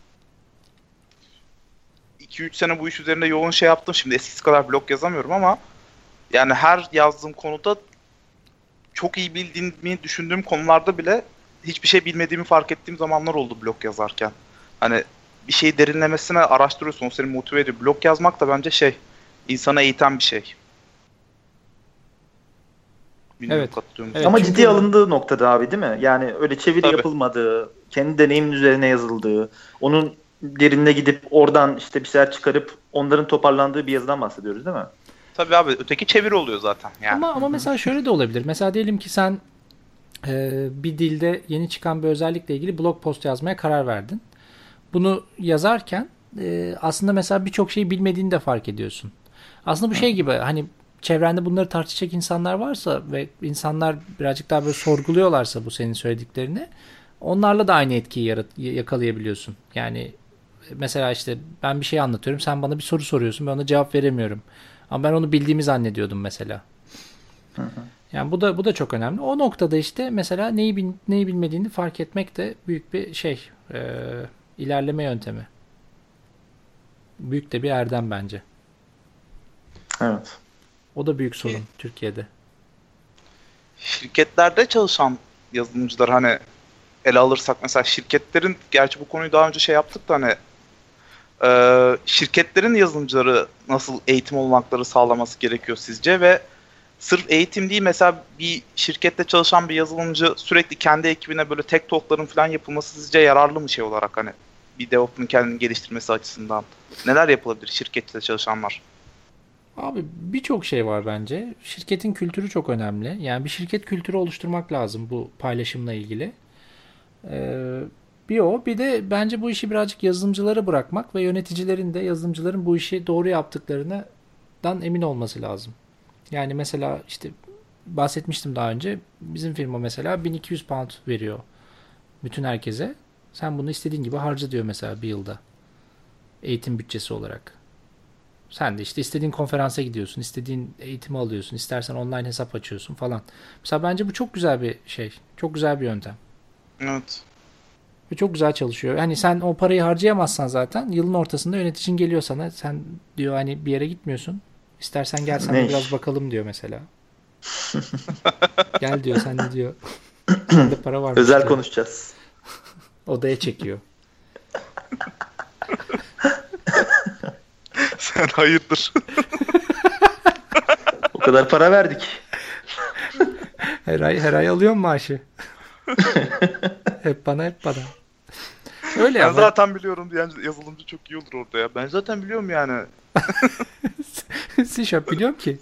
iki üç sene bu iş üzerinde yoğun şey yaptım. Şimdi eskisi kadar blog yazamıyorum ama yani her yazdığım konuda çok iyi bildiğimi düşündüğüm konularda bile hiçbir şey bilmediğimi fark ettiğim zamanlar oldu blog yazarken. Hani bir şeyi derinlemesine araştırıyorsun, o seni motive ediyor. Blog yazmak da bence şey, insana eğiten bir şey. Bilmiyorum, Evet. katılıyor musun? Evet, Ama çünkü- ciddiye alındığı noktada abi, değil mi? Yani öyle çeviri Tabii. yapılmadığı, kendi deneyimin üzerine yazıldığı, onun derinine gidip oradan işte bir şeyler çıkarıp onların toparlandığı bir yazıdan bahsediyoruz, değil mi? Tabii abi, öteki çeviri oluyor zaten yani. Ama ama mesela şöyle de olabilir. Mesela diyelim ki sen e, bir dilde yeni çıkan bir özellikle ilgili blog post yazmaya karar verdin. Bunu yazarken e, aslında mesela birçok şeyi bilmediğini de fark ediyorsun. Aslında bu şey gibi, hani çevrende bunları tartışacak insanlar varsa ve insanlar birazcık daha böyle sorguluyorlarsa bu senin söylediklerini, onlarla da aynı etkiyi yarat- yakalayabiliyorsun. Yani mesela işte ben bir şey anlatıyorum, sen bana bir soru soruyorsun, ben ona cevap veremiyorum. Ama ben onu bildiğimi zannediyordum mesela. Yani bu da bu da çok önemli. O noktada işte mesela neyi bil- neyi bilmediğini fark etmek de büyük bir şey, e, ilerleme yöntemi. Büyük de bir erdem bence. Evet. O da büyük sorun Türkiye'de. Şirketlerde çalışan yazılımcılar hani ele alırsak, mesela şirketlerin, gerçi bu konuyu daha önce şey yaptık da hani Ee, şirketlerin yazılımcıları nasıl eğitim olanakları sağlaması gerekiyor sizce ve sırf eğitim değil, mesela bir şirkette çalışan bir yazılımcı sürekli kendi ekibine böyle tek talk'ların falan yapılması sizce yararlı mı şey olarak, hani bir DevOps'un kendini geliştirmesi açısından? Neler yapılabilir şirkette çalışanlar? Abi birçok şey var bence. Şirketin kültürü çok önemli. Yani bir şirket kültürü oluşturmak lazım bu paylaşımla ilgili. Ee, bir o. Bir de bence bu işi birazcık yazılımcılara bırakmak ve yöneticilerin de yazılımcıların bu işi doğru yaptıklarından emin olması lazım. Yani mesela işte bahsetmiştim daha önce. Bizim firma mesela bin iki yüz pound veriyor bütün herkese. Sen bunu istediğin gibi harca diyor mesela bir yılda. Eğitim bütçesi olarak. Sen de işte istediğin konferansa gidiyorsun, istediğin eğitimi alıyorsun, istersen online hesap açıyorsun falan. Mesela bence bu çok güzel bir şey. Çok güzel bir yöntem. Evet. Ve çok güzel çalışıyor. Hani sen o parayı harcayamazsan zaten yılın ortasında yöneticin geliyor sana. Sen diyor hani bir yere gitmiyorsun. İstersen gel sana biraz bakalım diyor mesela. Gel diyor, sen de diyor. Sende para var. Özel diyor. Konuşacağız. Odaya çekiyor. Sen hayırdır? O kadar para verdik. Her ay her ay alıyorum maaşı. Hep bana hep bana. Öyle ben ama. zaten biliyorum diyen yazılımcı çok iyi olur orada ya. Ben zaten biliyorum yani. C Sharp biliyorum ki.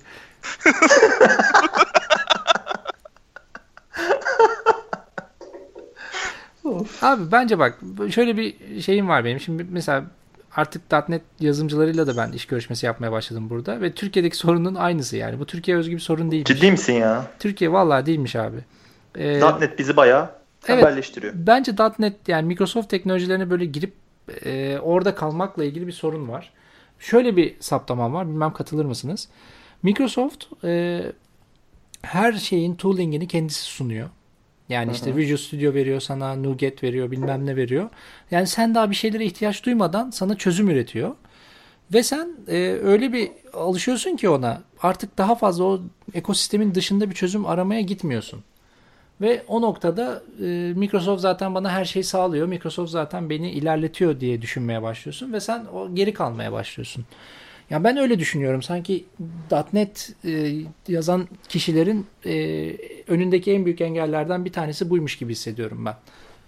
Abi bence bak şöyle bir şeyim var benim. Şimdi mesela artık .nokta net yazılımcılarıyla da ben iş görüşmesi yapmaya başladım burada. Ve Türkiye'deki sorunun aynısı yani. Bu Türkiye özgü bir sorun değilmiş. Ciddi misin ya? Türkiye vallahi değilmiş abi. Ee, .nokta net bizi bayağı tembelleştiriyor. Evet, bence .nokta net yani Microsoft teknolojilerine böyle girip e, orada kalmakla ilgili bir sorun var. Şöyle bir saptamam var. Bilmem katılır mısınız? Microsoft e, her şeyin tooling'ini kendisi sunuyor. Yani işte Visual Studio veriyor sana, NuGet veriyor, bilmem ne veriyor. Yani sen daha bir şeylere ihtiyaç duymadan sana çözüm üretiyor. Ve sen e, öyle bir alışıyorsun ki ona artık daha fazla o ekosistemin dışında bir çözüm aramaya gitmiyorsun. Ve o noktada e, Microsoft zaten bana her şeyi sağlıyor. Microsoft zaten beni ilerletiyor diye düşünmeye başlıyorsun ve sen o geri kalmaya başlıyorsun. Ya ben öyle düşünüyorum. Sanki .nokta net e, yazan kişilerin e, önündeki en büyük engellerden bir tanesi buymuş gibi hissediyorum ben.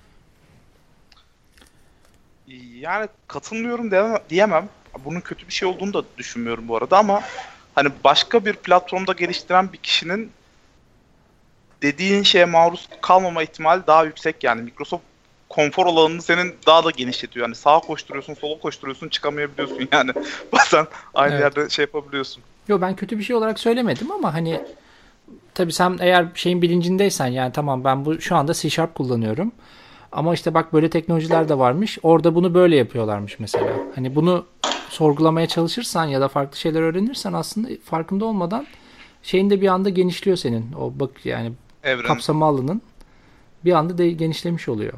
Yani katılmıyorum diyemem. Bunun kötü bir şey olduğunu da düşünmüyorum bu arada ama hani başka bir platformda geliştiren bir kişinin dediğin şeye maruz kalmama ihtimali daha yüksek yani. Microsoft konfor alanını senin daha da genişletiyor. Yani sağa koşturuyorsun, sola koşturuyorsun, çıkamayabiliyorsun yani. Bazen aynı evet. yerde şey yapabiliyorsun. Yo, ben kötü bir şey olarak söylemedim ama hani tabii sen eğer şeyin bilincindeysen yani tamam ben bu şu anda C Sharp kullanıyorum. Ama işte bak böyle teknolojiler de varmış. Orada bunu böyle yapıyorlarmış mesela. Hani bunu sorgulamaya çalışırsan ya da farklı şeyler öğrenirsen aslında farkında olmadan şeyin de bir anda genişliyor senin. O bak yani Evren. Kapsama alanın bir anda de genişlemiş oluyor.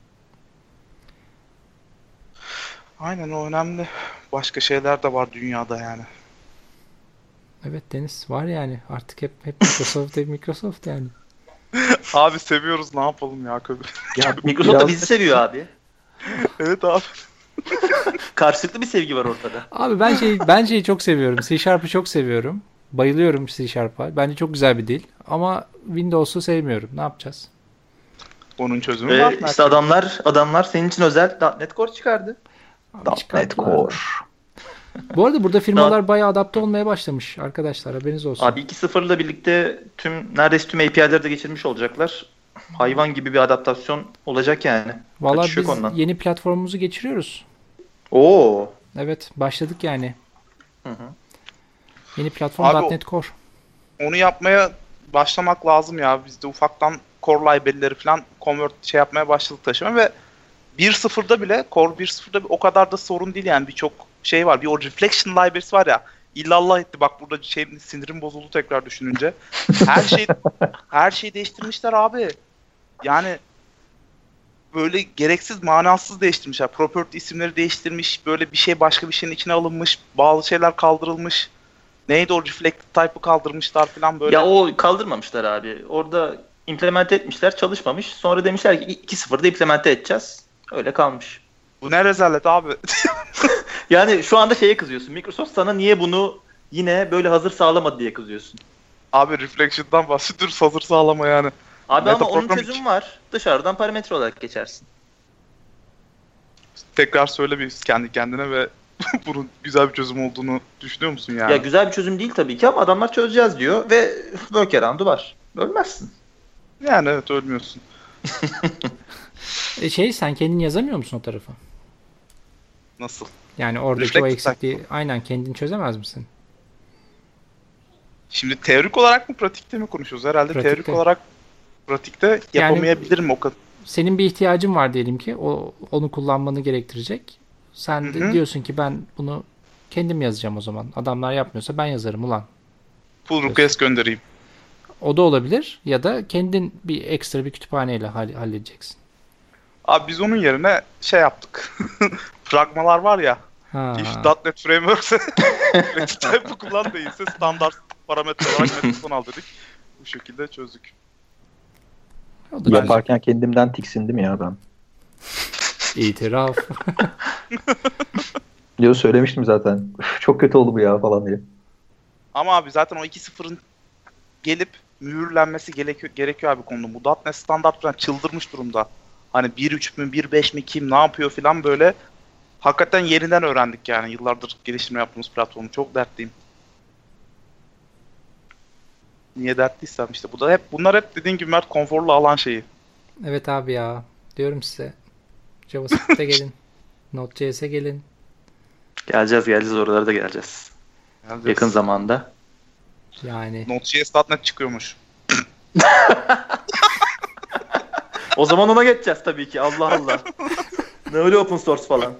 Aynen, o önemli. Başka şeyler de var dünyada yani. Evet Deniz, var yani artık hep hep Microsoft hep Microsoft yani. Abi seviyoruz, ne yapalım ya. Ya Microsoft da bizi seviyor abi. Evet abi. Karşılıklı bir sevgi var ortada. Abi ben şeyi ben şeyi çok seviyorum. C Sharp'ı çok seviyorum. Bayılıyorum C Sharp'a. Bence çok güzel bir dil. Ama Windows'u sevmiyorum. Ne yapacağız? Onun çözümü ee, var. İşte adamlar adamlar senin için özel .nokta net Core çıkardı. .nokta net Core. Bu arada burada firmalar bayağı adapte olmaya başlamış arkadaşlar, haberiniz olsun. Abi iki sıfırla birlikte tüm neredeyse tüm A P I'leri de geçirmiş olacaklar. Hayvan gibi bir adaptasyon olacak yani. Vallahi biz ondan. Yeni platformumuzu geçiriyoruz. Oo. Evet, başladık yani. Hı hı. Yeni platform Abi, .nokta net Core. Onu yapmaya başlamak lazım ya. Biz de ufaktan Core library'leri falan convert şey yapmaya başladık taşıma ve bir nokta sıfırda bile Core bir nokta sıfırda o kadar da sorun değil yani. Birçok şey var. Bir o Reflection library'si var ya. İllallah etti. Bak burada şey, sinirim bozuldu tekrar düşününce. Her şey her şeyi değiştirmişler abi. Yani böyle gereksiz, manasız değiştirmişler. Property isimleri değiştirmiş. Böyle bir şey başka bir şeyin içine alınmış. Bazı şeyler kaldırılmış. Neydi o reflected type'ı kaldırmışlar falan böyle. Ya o kaldırmamışlar abi. Orada implement etmişler, çalışmamış. Sonra demişler ki iki nokta sıfırda implement edeceğiz. Öyle kalmış. Bu ne rezalet abi. Yani şu anda şeye kızıyorsun. Microsoft sana niye bunu yine böyle hazır sağlamadı diye kızıyorsun. Abi Reflection'dan bahsediyoruz, hazır sağlama yani. Abi ama onun Metaprogram çözümü var. Dışarıdan parametre olarak geçersin. Tekrar söyle bir kendi kendine ve bunun güzel bir çözüm olduğunu düşünüyor musun yani? Ya güzel bir çözüm değil tabii ki ama adamlar çözeceğiz diyor ve workaround'u var. Ölmezsin. Yani evet, ölmüyorsun. E şey, sen kendin yazamıyor musun o tarafı? Nasıl? Yani oradaki Reflect o eksikliği aynen kendin çözemez misin? Şimdi teorik olarak mı pratikte mi konuşuyoruz? Herhalde Pratikte. teorik olarak pratikte yapamayabilirim o kadar. Senin bir ihtiyacın var diyelim ki, o onu kullanmanı gerektirecek. Sen de Hı hı. diyorsun ki ben bunu kendim yazacağım o zaman. Adamlar yapmıyorsa ben yazarım ulan. Pull request göndereyim. O da olabilir ya da kendin bir ekstra bir kütüphaneyle hall- halledeceksin. Abi biz onun yerine şey yaptık. Pragmalar var ya. Ha. If .nokta .NET Framework'se Type'ı kullan değilse standart parametre olarak Metod'dan al dedik. Bu şekilde çözdük. O da Yaparken kendimden tiksindim ya ben. İtiraf. Yo, söylemiştim zaten. Çok kötü oldu bu ya falan diye. Ama abi zaten o iki sıfırın gelip mühürlenmesi gerekiyor, gerekiyor abi konuda. Bu .nokta .NET standart falan çıldırmış durumda. Hani bir üç mü bir beş mi kim ne yapıyor falan böyle. Hakikaten yerinden öğrendik yani. Yıllardır geliştirme yaptığımız platformu. Çok dertliyim. Niye dertliysem işte. Bu da hep, bunlar hep dediğin gibi Mert konforlu alan şeyi. Evet abi ya. Diyorum size. JavaScript'e gelin. Node.js'e gelin. Geleceğiz geleceğiz oralara da geleceğiz. Yani Yakın zamanda. Yani Node.js nokta .NET çıkıyormuş. O zaman ona geçeceğiz tabii ki. Allah Allah. Ne öyle open source falan.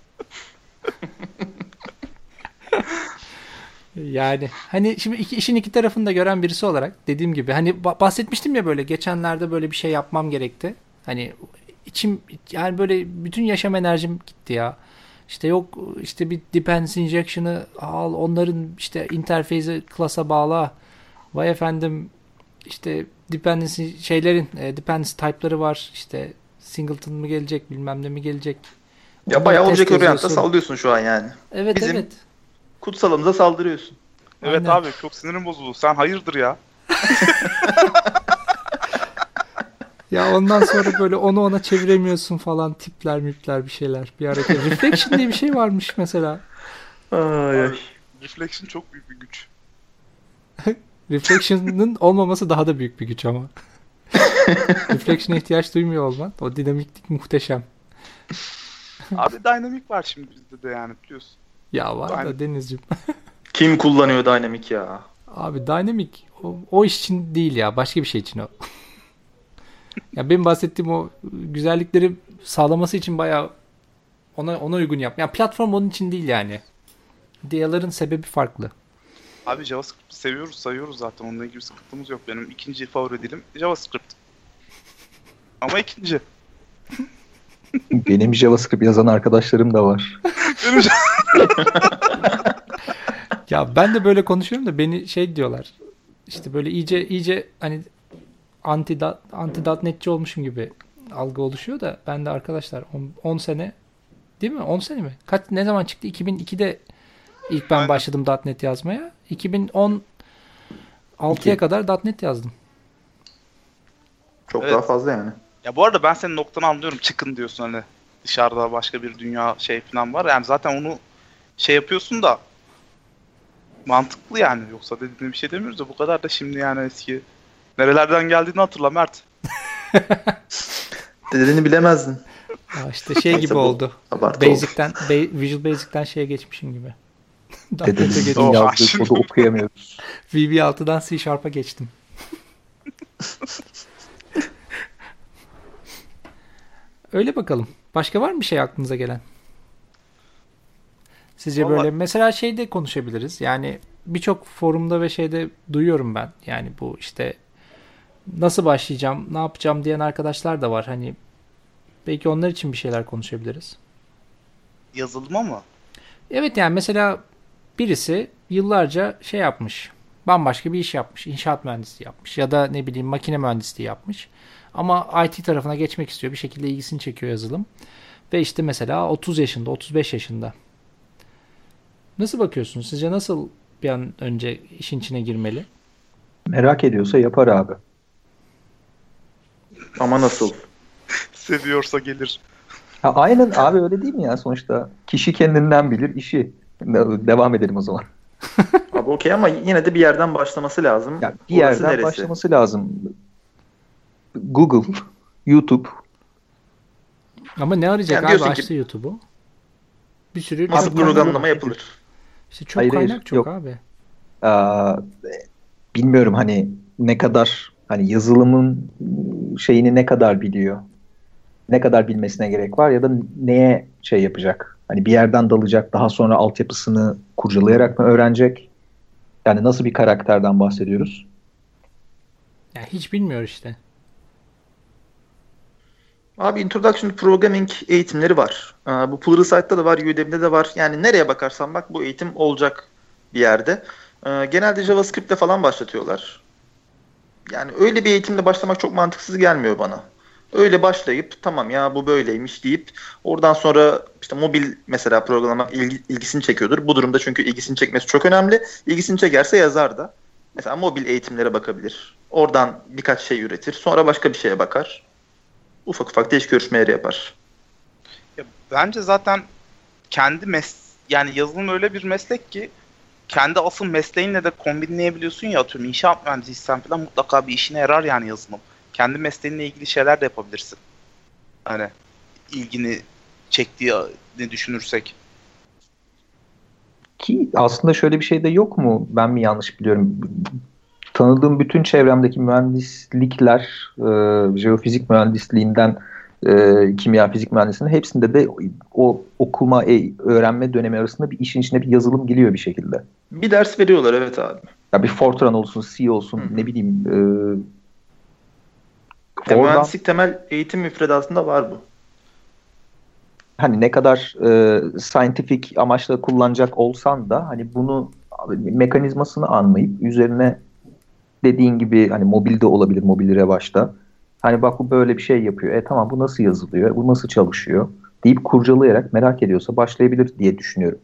Yani hani şimdi iki, işin iki tarafını da gören birisi olarak dediğim gibi hani ba- bahsetmiştim ya, böyle geçenlerde böyle bir şey yapmam gerekti. Hani içim yani böyle bütün yaşam enerjim gitti ya. İşte yok işte bir dependency injection'ı al, onların işte interface'i class'a bağla. Vay efendim işte dependency şeylerin e, dependency type'ları var. İşte singleton mı gelecek, bilmem ne mi gelecek. Ya Onları bayağı test olacak orientta yazıyorsun. sallıyorsun şu an yani. Evet Bizim- evet. Kutsalımıza saldırıyorsun. Evet Aynen. abi çok sinirim bozuldu. Sen hayırdır ya? Ya ondan sonra böyle onu ona çeviremiyorsun falan, tipler mipler bir şeyler. Bir hareket. Reflection diye bir şey varmış mesela. Ay, Abi, Reflection çok büyük bir güç. Reflection'ın olmaması daha da büyük bir güç ama. Reflection'a ihtiyaç duymuyor olman. O dinamiklik muhteşem. Abi Dynamic var şimdi bizde de yani biliyorsun. Ya var da Aynen. Denizciğim. Kim kullanıyor Dynamic ya? Abi Dynamic o, o iş için değil ya. Başka bir şey için o. Ya benim bahsettiğim o güzellikleri sağlaması için bayağı ona ona uygun yap. Ya platform onun için değil yani. Diğerlerin sebebi farklı. Abi JavaScript'i seviyoruz, sayıyoruz zaten. Onunla ilgili bir sıkıntımız yok. Benim ikinci favori dilim JavaScript. Ama ikinci. Benim JavaScript yazan arkadaşlarım da var. Benim Ya ben de böyle konuşuyorum da beni şey diyorlar. İşte böyle iyice iyice hani anti anti .NET'ci olmuşum gibi algı oluşuyor da ben de arkadaşlar on sene değil mi? on sene mi? Kaç ne zaman çıktı? iki bin ikide ilk ben Aynen. başladım .NET yazmaya. iki bin on altıya kadar .NET yazdım. Çok Evet. daha fazla yani. Ya bu arada ben senin noktanı anlıyorum. Çıkın diyorsun hani. Dışarıda başka bir dünya şey falan var. Yani zaten onu şey yapıyorsun da mantıklı yani. Yoksa dediğin bir şey demiyoruz da bu kadar da şimdi yani eski nerelerden geldiğini hatırla Mert. Dediğini bilemezdin. Ya işte şey gibi Neyse, bu oldu. Abartı oldu. Basic'ten Ba- Visual Basic'ten şeye geçmişim gibi. .NET'e Dedenizin geçtim. Oha, yazdığı şimdi- kodu okuyamıyoruz. V B altıdan C Sharp'a geçtim. Öyle bakalım. Başka var mı bir şey aklınıza gelen? Sizce Vallahi- böyle mesela şeyde konuşabiliriz. Yani birçok forumda ve şeyde duyuyorum ben. Yani bu işte nasıl başlayacağım, ne yapacağım diyen arkadaşlar da var. Hani belki onlar için bir şeyler konuşabiliriz. Yazılıma mı? Evet yani mesela birisi yıllarca şey yapmış. Bambaşka bir iş yapmış. İnşaat mühendisliği yapmış. Ya da ne bileyim makine mühendisliği yapmış. Ama I T tarafına geçmek istiyor. Bir şekilde ilgisini çekiyor yazılım. Ve işte mesela otuz yaşında, otuz beş yaşında. Nasıl bakıyorsunuz? Sizce nasıl bir an önce işin içine girmeli? Merak ediyorsa yapar abi. Ama nasıl? Seviyorsa gelir. Ha, aynen abi, öyle değil mi ya sonuçta? Kişi kendinden bilir işi. De- Devam edelim o zaman. Abi okey ama yine de bir yerden başlaması lazım. Ya bir Orası yerden neresi? başlaması lazım. Google, YouTube. Ama ne arayacak Yani abi? diyorsun ki- Açtı YouTube'u. Bir sürü Nasıl Abi, programlama yapılır? İşte çok Hayır, hayır, kaynak çok yok. abi. Aa, bilmiyorum hani ne kadar, hani yazılımın şeyini ne kadar biliyor. Ne kadar bilmesine gerek var ya da neye şey yapacak. Hani bir yerden dalacak, daha sonra altyapısını kurcalayarak mı öğrenecek? Yani nasıl bir karakterden bahsediyoruz? Ya hiç bilmiyor işte. Abi Introduction to Programming eğitimleri var. Aa, bu Pluralsight'ta da var, Udemy'de de var. Yani nereye bakarsan bak bu eğitim olacak bir yerde. Ee, genelde JavaScript'le falan başlatıyorlar. Yani öyle bir eğitimle başlamak çok mantıksız gelmiyor bana. Öyle başlayıp tamam ya bu böyleymiş deyip oradan sonra işte mobil mesela programlamak ilgi- ilgisini çekiyordur. Bu durumda çünkü ilgisini çekmesi çok önemli. İlgisini çekerse yazar da. Mesela mobil eğitimlere bakabilir. Oradan birkaç şey üretir. Sonra başka bir şeye bakar. Ufak ufak değiş görüşmeleri yapar. Ya bence zaten kendi mes yani yazılım öyle bir meslek ki kendi asıl mesleğinle de kombinleyebiliyorsun ya, atıyorum inşaat mühendisiysen falan mutlaka bir işine yarar yani yazılım. Kendi mesleğinle ilgili şeyler de yapabilirsin. Hani ilgini çektiğini düşünürsek. Ki aslında şöyle bir şey de yok mu? Ben mi yanlış biliyorum? Tanıdığım bütün çevremdeki mühendislikler, e, jeofizik mühendisliğinden e, kimya fizik mühendisliğinin hepsinde de o okuma, e, öğrenme dönemi arasında bir işin içine bir yazılım giriyor bir şekilde. Bir ders veriyorlar evet abi. Ya bir Fortran olsun, C olsun, Hı hı. ne bileyim. E, Ya oradan mühendislik temel eğitim müfredatında var bu. hani ne kadar e, scientific amaçla kullanacak olsan da hani bunu, mekanizmasını anlayıp üzerine, dediğin gibi hani mobilde olabilir, mobil revaçta. Hani bak bu böyle bir şey yapıyor. E tamam, bu nasıl yazılıyor? Bu nasıl çalışıyor? Deyip kurcalayarak, merak ediyorsa başlayabilir diye düşünüyorum.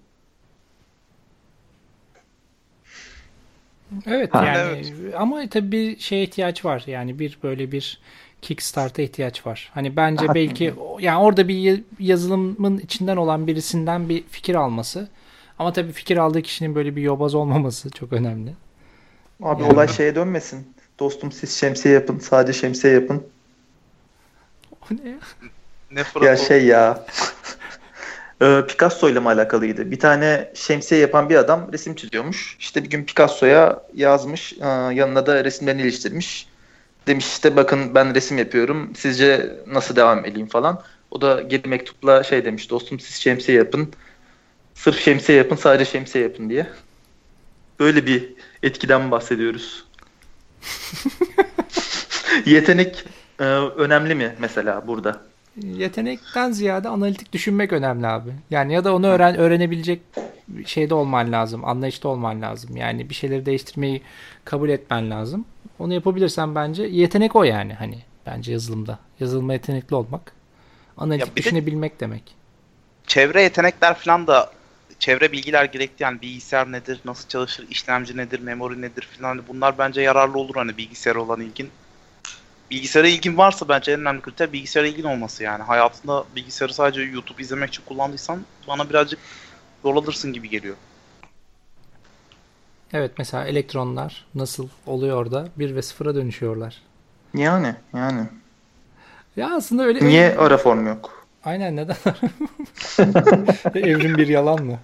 Evet Ha. yani Evet. ama tabii bir şeye ihtiyaç var. Yani bir böyle bir Kickstart'a ihtiyaç var. Hani bence belki o- yani orada bir ya- yazılımın içinden olan birisinden bir fikir alması. Ama tabii fikir aldığı kişinin böyle bir yobaz olmaması çok önemli. Abi Yani- olay şeye dönmesin. Dostum siz şemsiye yapın. Sadece şemsiye yapın. O ne ya? Ne Fırat Ya o? şey ya. Ee, Picasso ile mi alakalıydı? Bir tane şemsiye yapan bir adam resim çiziyormuş. İşte bir gün Picasso'ya yazmış. ee, Yanına da resimlerini iliştirmiş. Demiş işte bakın ben resim yapıyorum. Sizce nasıl devam edeyim falan. O da geri mektupla şey demiş. Dostum siz şemsiye yapın. Sırf şemsiye yapın. Sadece şemsiye yapın diye. Böyle bir etkiden bahsediyoruz. Yetenek e, önemli mi mesela burada? Yetenekten ziyade analitik düşünmek önemli abi. Yani ya da onu öğren öğrenebilecek şeyde olman lazım. Anlayışta olman lazım. Yani bir şeyleri değiştirmeyi kabul etmen lazım. Onu yapabilirsen bence yetenek o yani hani bence yazılımda. Yazılıma yetenekli olmak. Analitik Ya bir de- düşünebilmek demek. Çevre yetenekler falan da, çevre bilgiler gerekti yani bilgisayar nedir, nasıl çalışır, işlemci nedir, memori nedir falan, hani bunlar bence yararlı olur hani bilgisayara olan ilgin. Bilgisayara ilgin varsa bence en önemli kriter bilgisayara ilgin olması yani. Hayatında bilgisayarı sadece YouTube izlemek için kullandıysan bana birazcık yol alırsın gibi geliyor. Evet mesela elektronlar nasıl oluyor da bir ve sıfıra dönüşüyorlar. Yani yani. Ya aslında öyle Niye öyle- ara form yok? Aynen neden? Evrim bir yalan mı?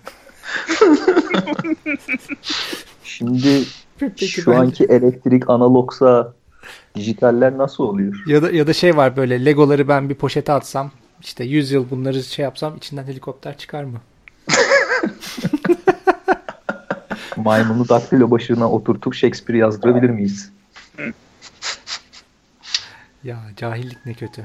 Şimdi Peki şu bence- anki elektrik analogsa dijitaller nasıl oluyor? Ya da ya da şey var böyle Legoları ben bir poşete atsam işte yüz yıl bunları şey yapsam içinden helikopter çıkar mı? Maymunu daktilo başına oturtup Shakespeare yazdırabilir miyiz? Ya cahillik ne kötü.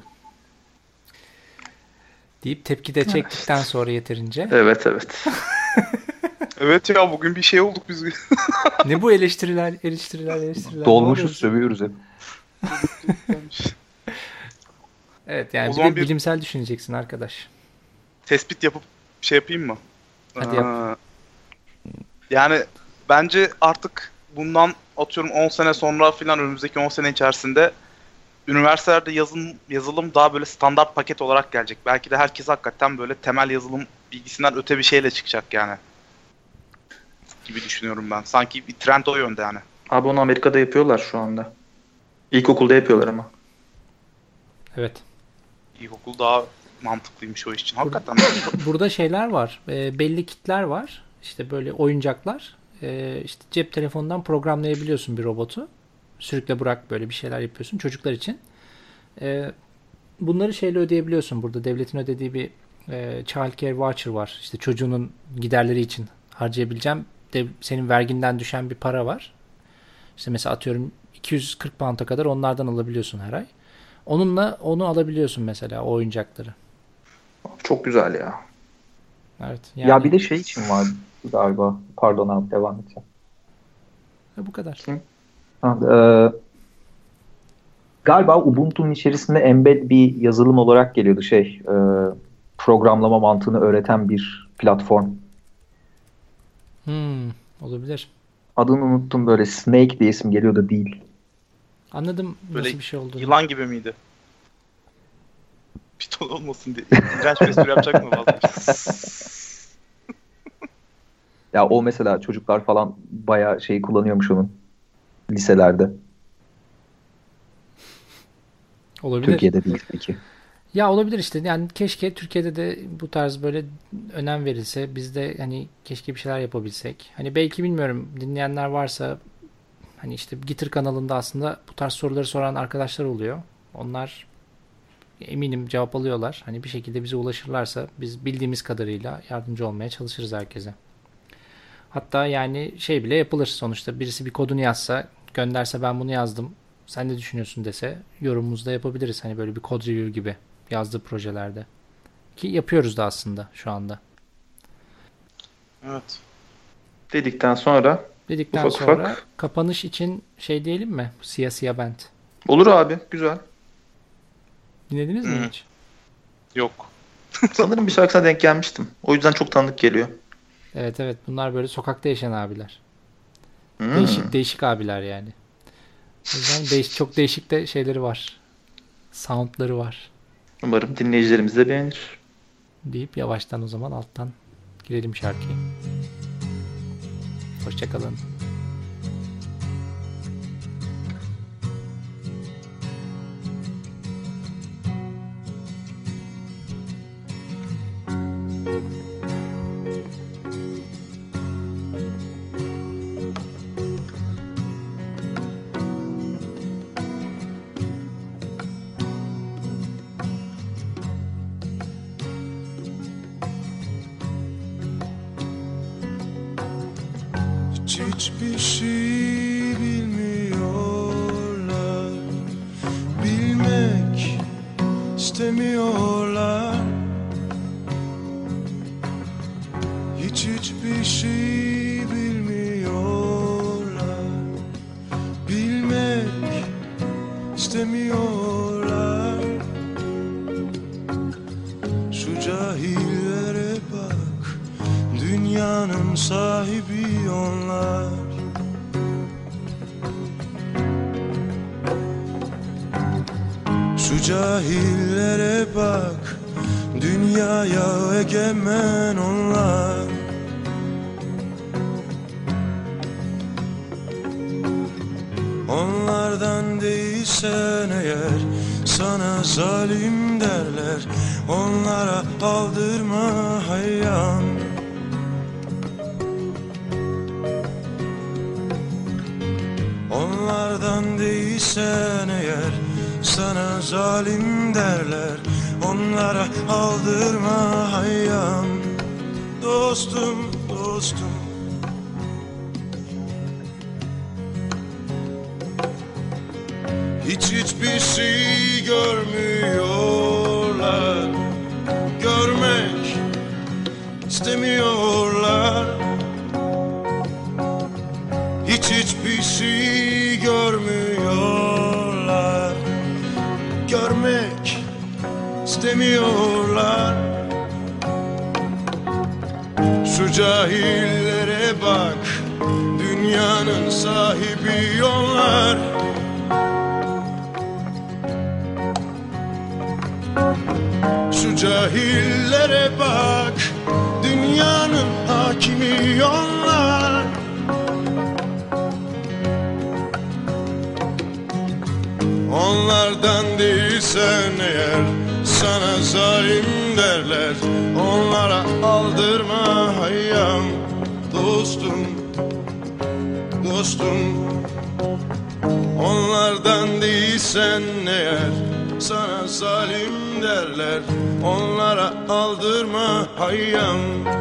Deyip tepki de çektikten sonra yeterince. Evet evet. Evet ya, bugün bir şey olduk biz. Ne bu eleştiriler, eleştiriler, eleştiriler. Dolmuşuz, Ne oluyor? sövüyoruz hep. Evet yani O bir zaman de bir- bilimsel düşüneceksin arkadaş. Tespit yapıp şey yapayım mı? Hadi Ee, yap. Yani bence artık bundan atıyorum on sene sonra filan, önümüzdeki on sene içerisinde üniversitelerde yazılım, yazılım daha böyle standart paket olarak gelecek. Belki de herkes hakikaten böyle temel yazılım bilgisinden öte bir şeyle çıkacak yani. Gibi düşünüyorum ben. Sanki bir trend o yönde yani. Abi onu Amerika'da yapıyorlar şu anda. İlkokulda yapıyorlar ama. Evet. İlkokul daha mantıklıymış o iş için. Hakikaten. Burada şeyler var. E, belli kitler var. İşte böyle oyuncaklar. E, işte cep telefonundan programlayabiliyorsun bir robotu. Sürükle bırak, böyle bir şeyler yapıyorsun çocuklar için. E, bunları şeyle ödeyebiliyorsun. Burada devletin ödediği bir e, Child Care Voucher var. İşte çocuğunun giderleri için harcayabileceğim de, senin verginden düşen bir para var. İşte mesela atıyorum iki yüz kırk pound'a kadar onlardan alabiliyorsun her ay. Onunla onu alabiliyorsun mesela, o oyuncakları. Çok güzel ya. Evet. Yani, Ya bir de şey için var galiba. Pardon abi, devam edeceğim. bu kadar. Ha, e, galiba Ubuntu'nun içerisinde embed bir yazılım olarak geliyordu şey. E, programlama mantığını öğreten bir platform. Hmm, olabilir. Adını unuttum, böyle Snake diye isim geliyor da değil. Anladım Böyle nasıl bir şey olduğunu. Yılan gibi miydi? Piton olmasın diye. İğrenç bir espri yapacak mı vazgeçtim. Ya o mesela çocuklar falan bayağı şey kullanıyormuş onun liselerde. Olabilir. Türkiye'de değil peki. Ya olabilir işte. Yani keşke Türkiye'de de bu tarz böyle önem verilse. Biz de hani keşke bir şeyler yapabilsek. Hani belki, bilmiyorum, dinleyenler varsa, hani işte Gitter kanalında aslında bu tarz soruları soran arkadaşlar oluyor. Onlar eminim cevap alıyorlar. Hani bir şekilde bize ulaşırlarsa biz bildiğimiz kadarıyla yardımcı olmaya çalışırız herkese. Hatta yani şey bile yapılır sonuçta. Birisi bir kodunu yazsa, gönderse, ben bunu yazdım, sen ne düşünüyorsun dese, yorumumuzda yapabiliriz. Hani böyle bir kod review gibi yazdığı projelerde. Ki yapıyoruz da aslında şu anda. Evet. Dedikten sonra Dedikten ufak sonra ufak. kapanış için şey diyelim mi? Siyah Siyah Band. Olur abi, güzel. Dinlediniz mi Hmm. hiç? Yok. Sanırım bir şarkısına denk gelmiştim. O yüzden çok tanıdık geliyor. Evet evet, bunlar böyle sokakta yaşayan abiler. Hmm. Değişik değişik abiler yani. O yüzden değiş, çok değişik de şeyleri var. Soundları var. Umarım dinleyicilerimiz de beğenir. Deyip yavaştan o zaman alttan girelim şarkıyı. Hoşçakalın. Hiçbir şey bilmiyorlar, bilmek istemiyorlar. Hiç hiçbir şey bilmiyorlar, bilmek istemiyorlar. Şu cahillere bak, dünyanın sahibi onlar. Şu cahillere bak, dünyaya egemen onlar. Onlardan değilsen eğer, sana zalim derler. Onlara aldırma hayyan. Onlardan değilsen eğer, sana zalim derler. Onlara aldırma hayyan. Dostum, dostum. Hiç hiçbir şey görmüyorlar, görmek istemiyorlar. Hiç hiçbir şey görmüyorlar, görmek istemiyorlar. Şu Şu cahillere bak, dünyanın sahibi onlar. Şu cahillere bak, dünyanın hakimi onlar. Onlardan değilsen eğer sana zalim derler. Onlara aldırma hayyam dostum, dostum. Onlardan değilsen eğer sana zalim derler. Onlara aldırma hayyam.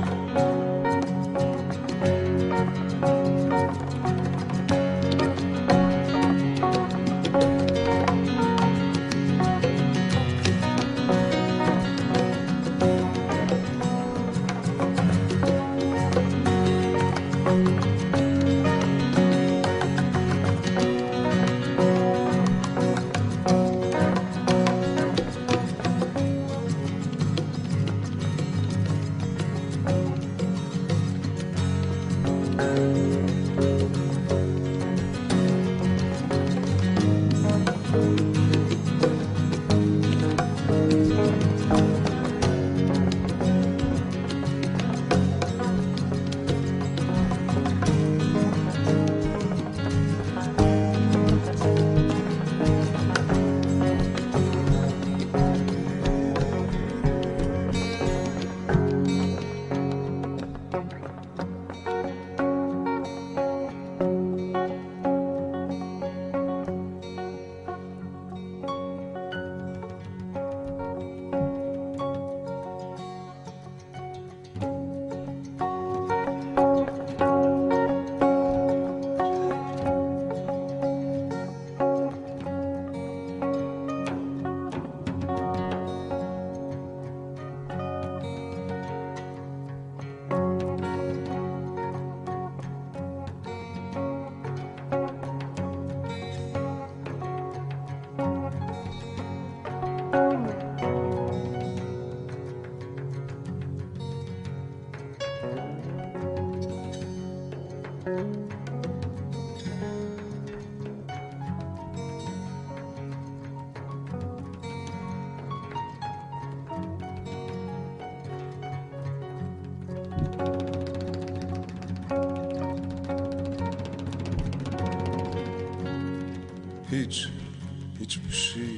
Hiç, hiçbir şey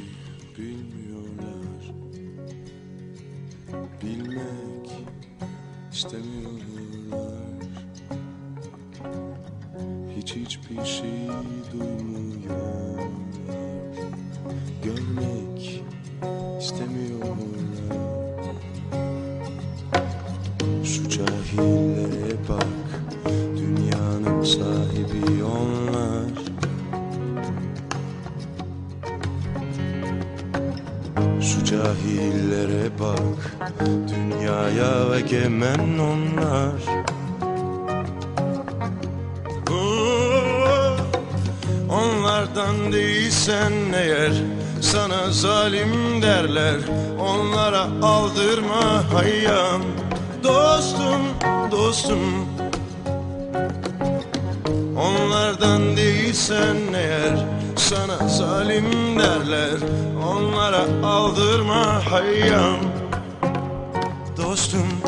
bilmiyorlar. Bilmek istemiyorlar. Hiç hiçbir şey duymuyorlar. Görmek istemiyorlar. Şu cahillere bak, dünyanın sahibi onlar. Şu cahillere bak, dünyaya egemen onlar. Oo, onlardan değilsen eğer sana zalim derler. Onlara aldırma hayyam dostum, dostum. Onlardan değilsen eğer sana zalim derler. Onlara aldırma hayyam dostum,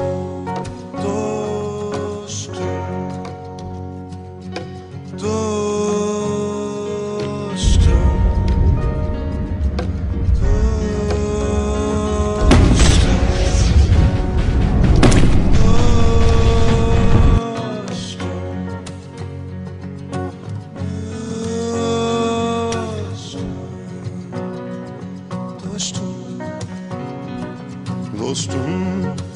dostum, dostum, dostum, dostum.